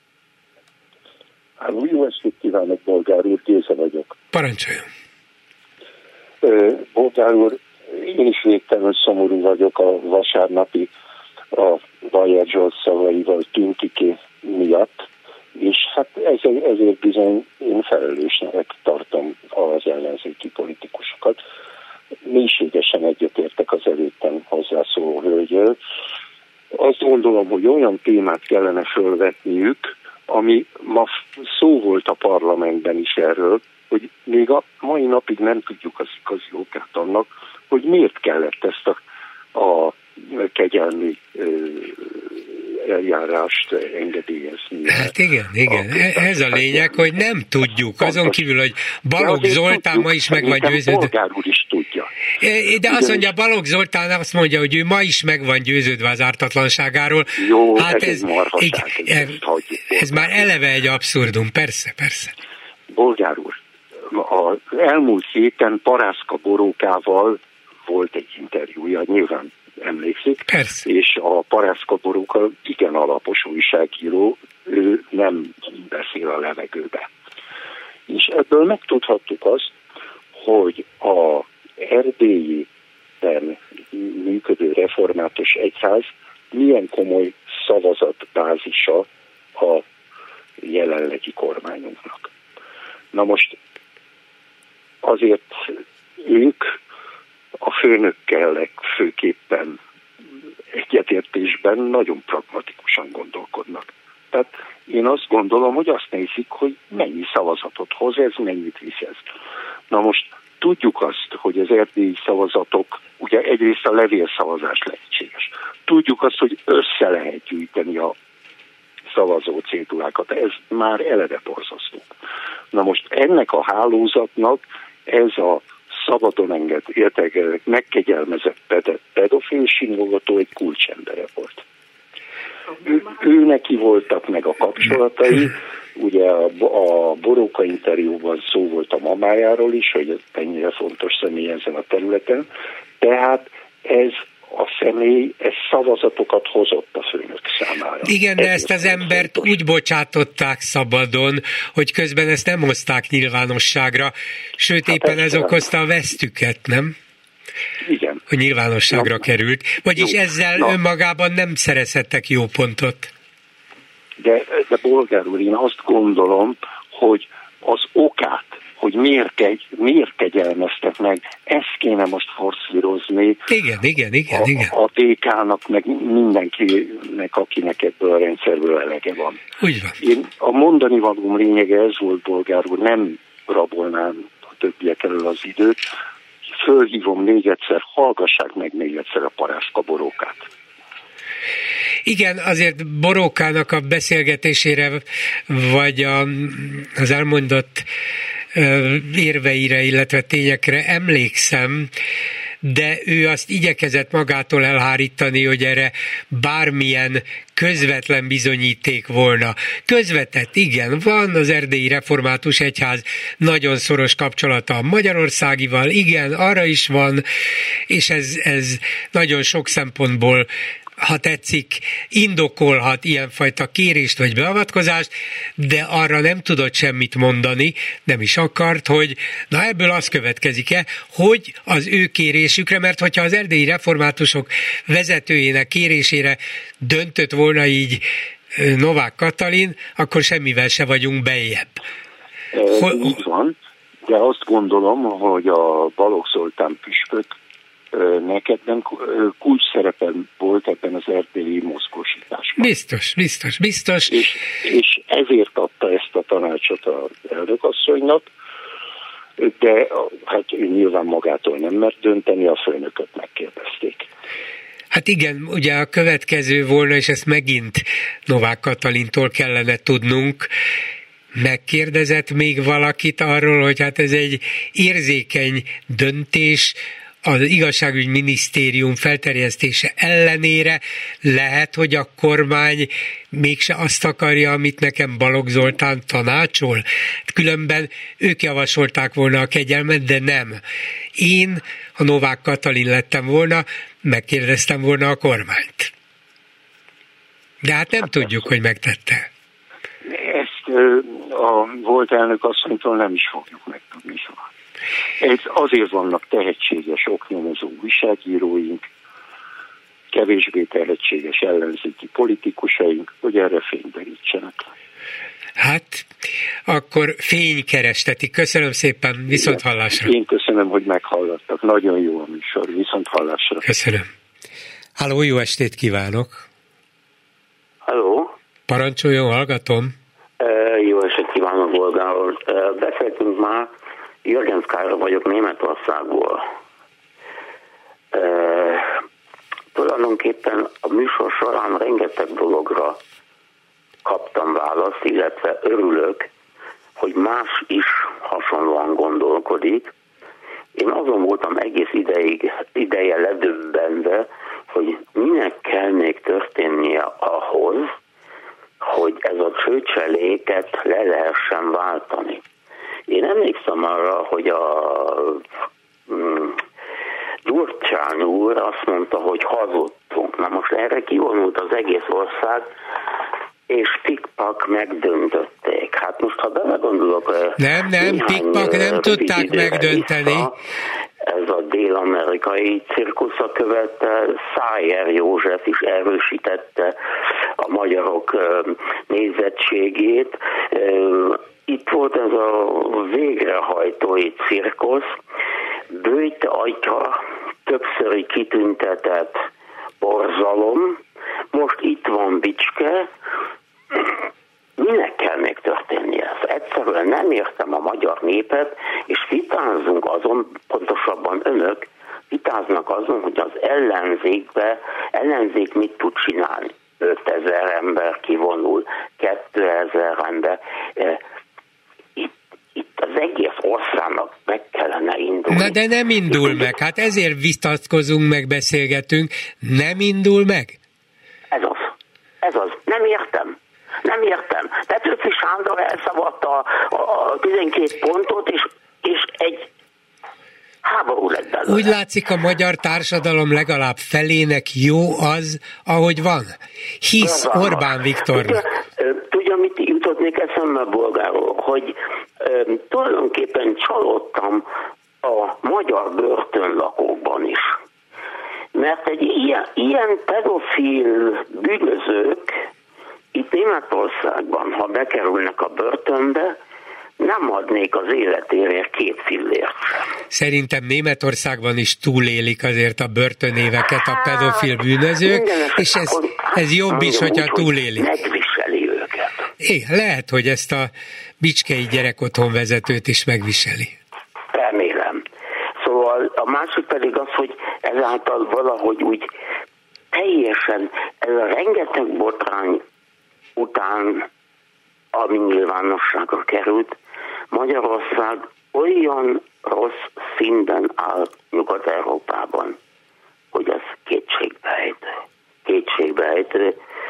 Háló, jó estét kívánok, Bolgár úr, Géza vagyok. Parancsoljon. Bolgár úr, én is végtelenül szomorú vagyok a vasárnapi a Bajer Zsolt szavaival Tüntiké miatt, és hát ezért bizony én felelősnek tartom az ellenzéki politikusokat. Mélységesen egyetértek az előttem hozzászóló hölgyel. Azt gondolom, hogy olyan témát kellene fölvetniük, ami ma szó volt a parlamentben is erről, hogy még a mai napig nem tudjuk az igazi okát annak, hogy miért kellett ezt a kegyelmi eljárást engedélyezni. Hát igen. Ez a lényeg, hogy nem tudjuk. Azon kívül, hogy Balogh Zoltán ma is meg van győződve. Bolgár úr is tudja. De azt mondja, Balogh Zoltán azt mondja, hogy ő ma is meg van győződve az ártatlanságáról. Jó, hát ez marhaság. Ez már eleve egy abszurdum, persze. Bolgár úr, az elmúlt héten Parászka Borókával volt egy interjúja, nyilván emlékszik, persze. És a Parászka Boróka igen alapos újságíró, ő nem beszél a levegőbe. És ebből megtudhattuk azt, hogy a erdélyiben működő református egyház milyen komoly szavazatbázisa a jelenlegi kormányunknak. Na most azért ők a főnökkel legfőképpen egyetértésben nagyon pragmatikusan gondolkodnak. Tehát én azt gondolom, hogy azt nézik, hogy mennyi szavazatot hoz ez, mennyit visz ez. Na most tudjuk azt, hogy az erdélyi szavazatok, ugye egyrészt a levélszavazás lehetséges. Tudjuk azt, hogy össze lehet gyűjteni a szavazó cédulákat. Ez már eleve borzasztó. Na most ennek a hálózatnak ez a szabadon engedett, megkegyelmezett pedofil simogató egy kulcsembere volt. Ő neki voltak meg a kapcsolatai, ugye a Boróka interjúban szó volt a mamájáról is, hogy ennyire fontos személy ezen a területen, tehát ez a személy, ez szavazatokat hozott a főnök számára. Igen, de ezt az embert úgy bocsátották szabadon, hogy közben ezt nem hozták nyilvánosságra, sőt éppen ez okozta a vesztüket, nem? Igen. Hogy nyilvánosságra került, vagyis ezzel önmagában nem szerezhettek jó pontot. De Bolgár úr, én azt gondolom, hogy az okát, hogy miért kegyelmeztek meg, ezt kéne most forszírozni. Igen. A DK-nak, meg mindenkinek, akinek ebből a rendszerből elege van. Úgy van. Én a mondani valóm lényege ez volt, Bolgár úr, nem rabolnám a többiek elől az időt. fölhívom még egyszer, hallgassák meg még egyszer a Paráska Borókát. Igen, azért Borókának a beszélgetésére, vagy az elmondott érveire, illetve tényekre emlékszem, de ő azt igyekezett magától elhárítani, hogy erre bármilyen közvetlen bizonyíték volna. Közvetett, igen, van az Erdélyi Református Egyház nagyon szoros kapcsolata a magyarországival, igen, arra is van, és ez nagyon sok szempontból, ha tetszik, indokolhat ilyenfajta kérést vagy beavatkozást, de arra nem tudott semmit mondani, nem is akart, hogy na ebből az következik-e, hogy az ő kérésükre, mert hogyha az erdélyi reformátusok vezetőjének kérésére döntött volna így Novák Katalin, akkor semmivel se vagyunk beljebb. Így van, de azt gondolom, hogy a Balogh Zoltán püspök neked nem kulcs szerepen volt ebben az erdélyi mozgósításban. Biztos. És ezért adta ezt a tanácsot az elnökasszonynak, de hát ő nyilván magától nem mert dönteni, a főnököt megkérdezték. Hát igen, ugye a következő volna, és ezt megint Novák Katalintól kellene tudnunk, megkérdezett még valakit arról, hogy hát ez egy érzékeny döntés, az igazságügyminisztérium felterjesztése ellenére lehet, hogy a kormány mégse azt akarja, amit nekem Balogh Zoltán tanácsol. Különben ők javasolták volna a kegyelmet, de nem. Én, ha Novák Katalin lettem volna, megkérdeztem volna a kormányt. De hát nem tudjuk, hogy megtette. Ezt a volt elnök asszonytól nem is fogjuk megtudni soha. Ez azért vannak tehetséges oknyomozó újságíróink, kevésbé tehetséges ellenzéki politikusaink, hogy erre fényderítsenek. Hát, akkor fénykerestetik. Köszönöm szépen, viszont hallásra. Én köszönöm, hogy meghallgattak. Nagyon jó a műsor, viszont hallásra. Köszönöm. Halló, jó estét kívánok! Halló! Parancsoljon, hallgatom! Jó estét kívánok, Bolgár úr! Beszéltünk már, Jürgens Károly vagyok Németországból. Tulajdonképpen a műsor során rengeteg dologra kaptam választ, illetve örülök, hogy más is hasonlóan gondolkodik. Én azon voltam egész ideje ledöbbenve, hogy minek kell még történnie ahhoz, hogy ez a csőcseléket le lehessen váltani. Én emlékszem arra, hogy a Gyurcsány úr azt mondta, hogy hazudtunk. Na most erre kivonult az egész ország, és pikpak megdöntötték. Hát most, ha belegondolok... Nem, pikpak nem tudták megdönteni. Ez a dél-amerikai cirkusza követte, Szájer József is erősítette a magyarok nézettségét. Itt volt ez a végrehajtói cirkusz, Böjte atya többszöri kitüntetett borzalom, most itt van Bicske, minek kell még történni ez? Egyszerűen nem értem a magyar népet, és vitázunk azon, pontosabban önök vitáznak azon, hogy az ellenzék mit tud csinálni. 5000 ember kivonul, 2000 ember. Itt az egész országnak meg kellene indulni. Na de nem indul meg, hát ezért vitatkozunk, meg beszélgetünk, nem indul meg? Ez az, nem értem. Petőfi Sándor elszavatta a 12 pontot, és egy háború lett belőle. Úgy látszik, a magyar társadalom legalább felének jó az, ahogy van. Hisz Orbán Viktornak. Tudja, mit jutotnék eszembe, Bolgár úr, hogy tulajdonképpen csalódtam a magyar börtönlakókban is. Mert egy ilyen pedofil bűnözők itt Németországban, ha bekerülnek a börtönbe, nem adnék az életéért 2 fillért. Szerintem Németországban is túlélik azért a börtönéveket a pedofil bűnözők, és ez jobb is, hogyha túlélik. Megviseli őket. Igen, lehet, hogy ezt a bicskei gyerekotthon vezetőt is megviseli. Remélem. Szóval A másik pedig az, hogy ezáltal valahogy úgy teljesen ez a rengeteg botrány után, ami nyilvánosságra került, Magyarország olyan rossz szinten áll Nyugat-Európában, hogy az kétségbeejtő.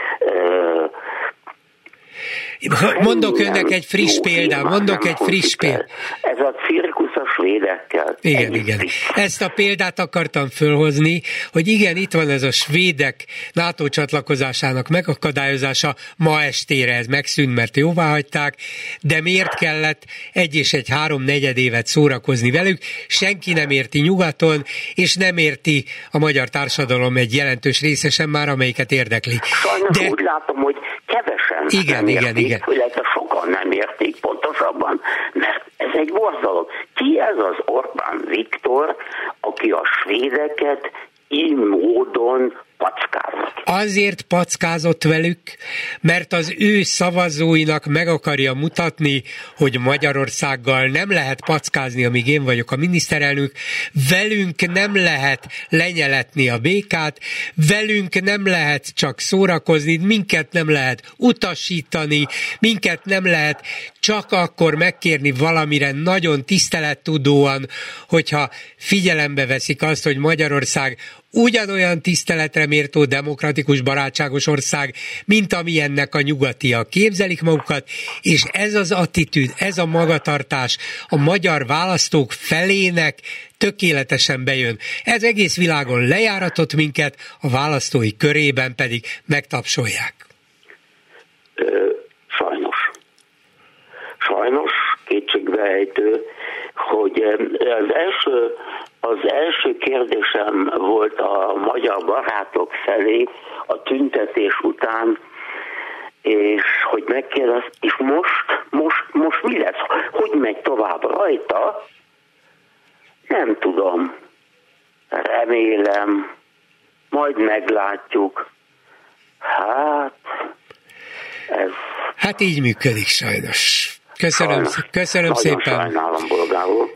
Mondok önnek egy friss példát, Ez a cirkusz a svédekkel. Igen. Ezt a példát akartam fölhozni, hogy igen, itt van ez a svédek NATO csatlakozásának megakadályozása, ma estére ez megszűnt, mert jóvá hagyták, de miért kellett 1 és 3-4 évet szórakozni velük? Senki nem érti nyugaton, és nem érti a magyar társadalom egy jelentős része sem már, amelyiket érdekli. Sajnos úgy látom, hogy kevesen nem értik, illetve sokan nem értik pontosabban, mert ez egy borzalom. Ki ez az Orbán Viktor, aki a svédeket így módon packázott? Azért packázott velük, mert az ő szavazóinak meg akarja mutatni, hogy Magyarországgal nem lehet packázni, amíg én vagyok a miniszterelnök, velünk nem lehet lenyeletni a békát, velünk nem lehet csak szórakozni, minket nem lehet utasítani, minket nem lehet csak akkor megkérni valamire nagyon tisztelettudóan, hogyha figyelembe veszik azt, hogy Magyarország ugyanolyan tiszteletre méltó, demokratikus, barátságos ország, mint amilyennek a nyugatiak képzelik magukat, és ez az attitűd, ez a magatartás a magyar választók felének tökéletesen bejön. Ez egész világon lejáratott minket, a választói körében pedig megtapsolják. Sajnos kétségbeejtő, hogy az első kérdésem volt a magyar barátok felé a tüntetés után, és hogy megkérdezt, és most mi lesz? Hogy megy tovább rajta? Nem tudom. Remélem. Majd meglátjuk. Hát így működik sajnos. Köszönöm szépen. Sajnálom, bolgár úr.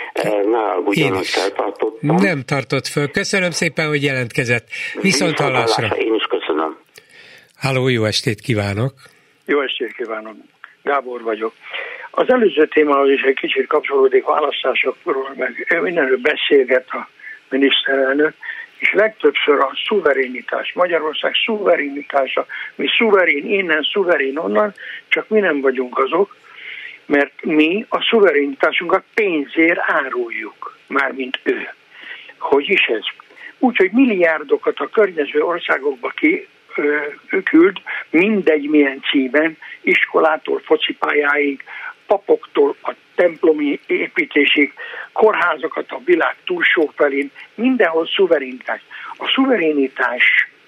Nem tartott föl. Köszönöm szépen, hogy jelentkezett. Viszont hallásra. Én is köszönöm. Halló, jó estét kívánok. Jó estét kívánok. Gábor vagyok. Az előző témához is egy kicsit kapcsolódik, választásokról, meg mindenről beszélget a miniszterelnök, és legtöbbször a szuverenitás, Magyarország szuverenitása, mi szuverén innen, szuverén onnan, csak mi nem vagyunk azok, mert mi a szuverenitásunkat pénzért áruljuk, mármint ő. Hogy is ez? Úgyhogy milliárdokat a környező országokba küld, mindegy milyen címen, iskolától focipályáig, papoktól a templomi építésig, kórházakat a világ túlsó felén, mindenhol szuverenitás. A szuverenitás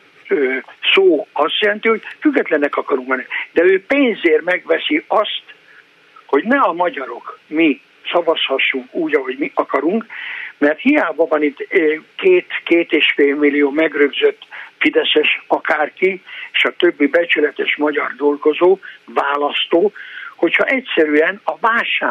szó azt jelenti, hogy függetlenek akarunk menni, de ő pénzért megveszi azt, hogy ne a magyarok, mi szavazhassunk úgy, ahogy mi akarunk, mert hiába van itt 2,5 millió megrögzött fideszes akárki, és a többi becsületes magyar dolgozó, választó, hogyha egyszerűen a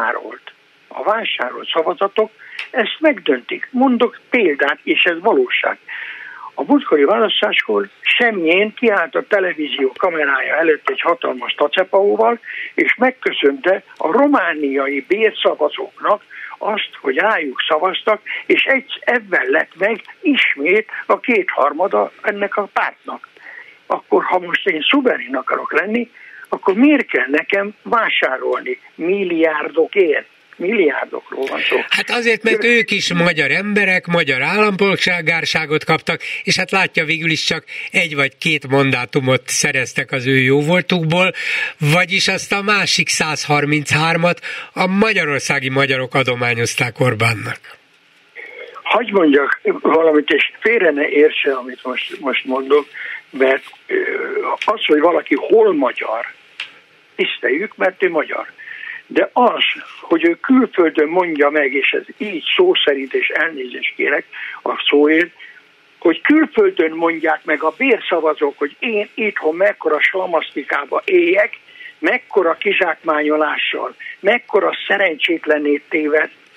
vásárolt szavazatok ezt megdöntik. Mondok példát, és ez valóság. A múltkori választáskor Semjén kiállt a televízió kamerája előtt egy hatalmas tacepaóval, és megköszönte a romániai bérszavazóknak azt, hogy rájuk szavaztak, és ebben lett meg ismét a 2/3 ennek a pártnak. Akkor, ha most én szuverén akarok lenni, akkor miért kell nekem vásárolni milliárdokért? Milliárdokról van szó. Hát azért, mert ők is magyar emberek, magyar állampolgárságot kaptak, és hát látja, végül is csak 1 vagy 2 mandátumot szereztek az ő jóvoltukból, vagyis azt a másik 133-at a magyarországi magyarok adományozták Orbánnak. Hagy mondjak valamit, és félre ne értse, amit most mondok, mert az, hogy valaki hol magyar, tiszteljük, mert ő magyar. De az, hogy ő külföldön mondja meg, és ez így szó szerint, és elnézést kérek a szóért, hogy külföldön mondják meg a bérszavazók, hogy én itthon mekkora slamasztikába éljek, mekkora kizsákmányolással, mekkora szerencsétlenné téved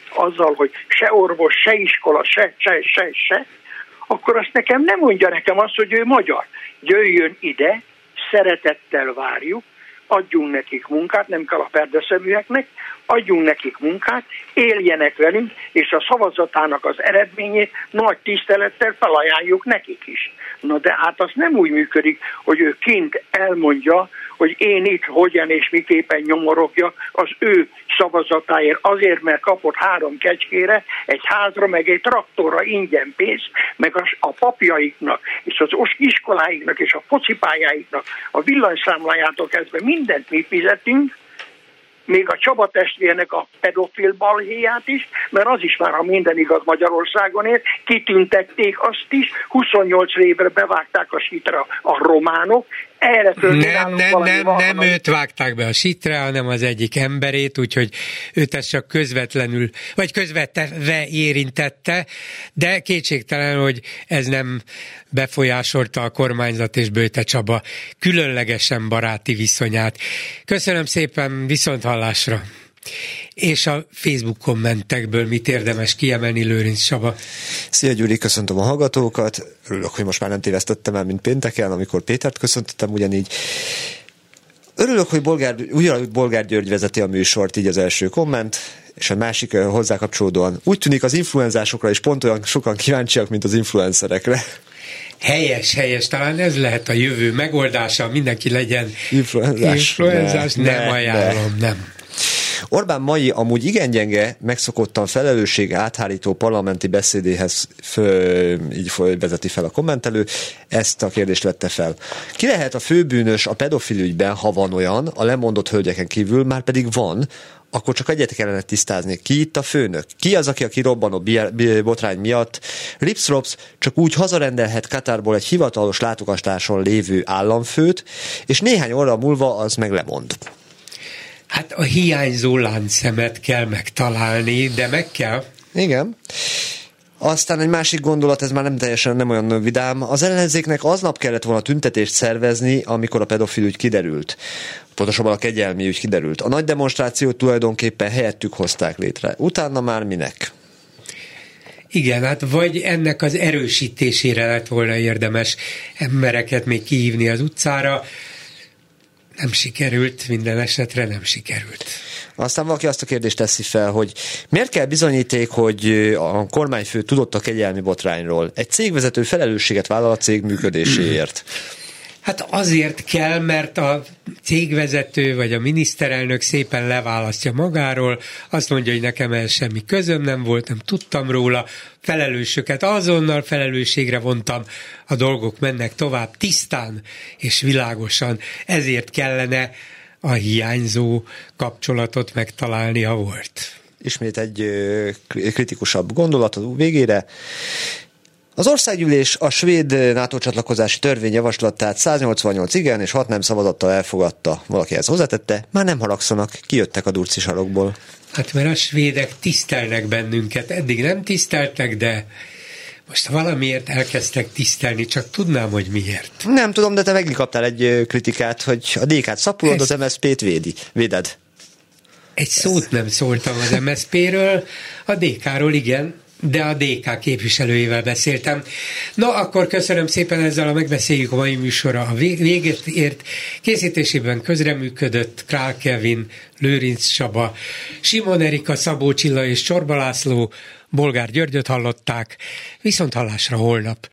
azzal, hogy se orvos, se iskola, se, akkor azt nem mondja nekem azt, hogy ő magyar. Jöjjön ide, szeretettel várjuk, adjunk nekik munkát, nem kell a perdeszeműeknek, adjunk nekik munkát, éljenek velünk, és a szavazatának az eredményét nagy tisztelettel felajánljuk nekik is. Na de hát az nem úgy működik, hogy ő kint elmondja, hogy én itt hogyan és miképpen nyomorogjak az ő szavazatáért, azért, mert kapott 3 kecskére, egy házra, meg egy traktorra ingyen pénzt, meg a papjaiknak, és az iskoláiknak, és a focipályáiknak, a villanyszámlájától kezdve mindent mi fizetünk, még a Csaba testvérnek a pedofil balhéját is, mert az is már, ha minden igaz Magyarországon ér, kitüntették azt is, 28 évre bevágták a sítre a románok, Nem őt vágták be a sítre, hanem az egyik emberét, úgyhogy őt ez csak közvetlenül, vagy közvetve érintette, de kétségtelen, hogy ez nem befolyásolta a kormányzat és Böjte Csaba különlegesen baráti viszonyát. Köszönöm szépen, viszonthallásra! És a Facebook kommentekből mit érdemes kiemelni, Lőrinc Csaba? Szia Gyuri, köszöntöm a hallgatókat. Örülök, hogy most már nem tévesztettem el, mint pénteken, amikor Pétert köszöntöttem ugyanígy. Örülök, hogy Bolgár György vezeti a műsort, így az első komment, és a másik hozzá kapcsolódóan. Úgy tűnik, az influenzásokra is pont olyan sokan kíváncsiak, mint az influencerekre. Helyes, talán ez lehet a jövő megoldása, mindenki legyen influenzás. Nem ajánlom, nem. Orbán mai amúgy igen gyenge, megszokottan felelősség áthárító parlamenti beszédéhez így vezeti fel a kommentelő, ezt a kérdést vette fel. Ki lehet a főbűnös a pedofil ügyben, ha van olyan, a lemondott hölgyeken kívül, már pedig van, akkor csak egyet kellene tisztázni. Ki itt a főnök? Ki az, aki a kirobbanó botrány miatt ripsrops csak úgy hazarendelhet Katarból egy hivatalos látogatáson lévő államfőt, és néhány óra múlva az meg lemond? Hát a hiányzó láncszemet kell megtalálni, de meg kell. Igen. Aztán egy másik gondolat, ez már nem olyan vidám. Az ellenzéknek aznap kellett volna tüntetést szervezni, amikor a pedofil ügy kiderült. Pontosabban a kegyelmi ügy kiderült. A nagy demonstrációt tulajdonképpen helyettük hozták létre. Utána már minek? Igen, hát vagy ennek az erősítésére lett volna érdemes embereket még kihívni az utcára. Nem sikerült, minden esetre nem sikerült. Aztán valaki azt a kérdést teszi fel, hogy miért kell bizonyíték, hogy a kormányfő tudott a kegyelmi botrányról? Egy cégvezető felelősséget vállal a cég működéséért. Hát azért kell, mert a cégvezető vagy a miniszterelnök szépen leválasztja magáról, azt mondja, hogy nekem el semmi közöm nem volt, nem tudtam róla, felelősöket azonnal felelősségre vontam, a dolgok mennek tovább tisztán és világosan, ezért kellene a hiányzó kapcsolatot megtalálni, ha volt. Ismét egy kritikusabb gondolat a végére. Az országgyűlés a svéd NATO csatlakozási törvény javaslatát 188 igen és 6 nem szavazattal elfogadta. Valaki ezt hozzátette, már nem haragszanak, kijöttek a durci sarokból. Hát mert a svédek tisztelnek bennünket, eddig nem tiszteltek, de most valamiért elkezdtek tisztelni, csak tudnám, hogy miért. Nem tudom, de te megkaptál egy kritikát, hogy a DK-t szapulod, az MSZP-t véded. Egy szót nem szóltam az MSZP-ről, a DK-ról igen, de a DK képviselőjével beszéltem. Na, akkor köszönöm szépen, ezzel a megbeszéljük a mai műsorra a véget ért. Készítésében közreműködött Král Kevin, Lőrinc Csaba, Simon Erika, Szabó Csilla és Csorba László, Bolgár Györgyöt hallották. Viszonthallásra holnap.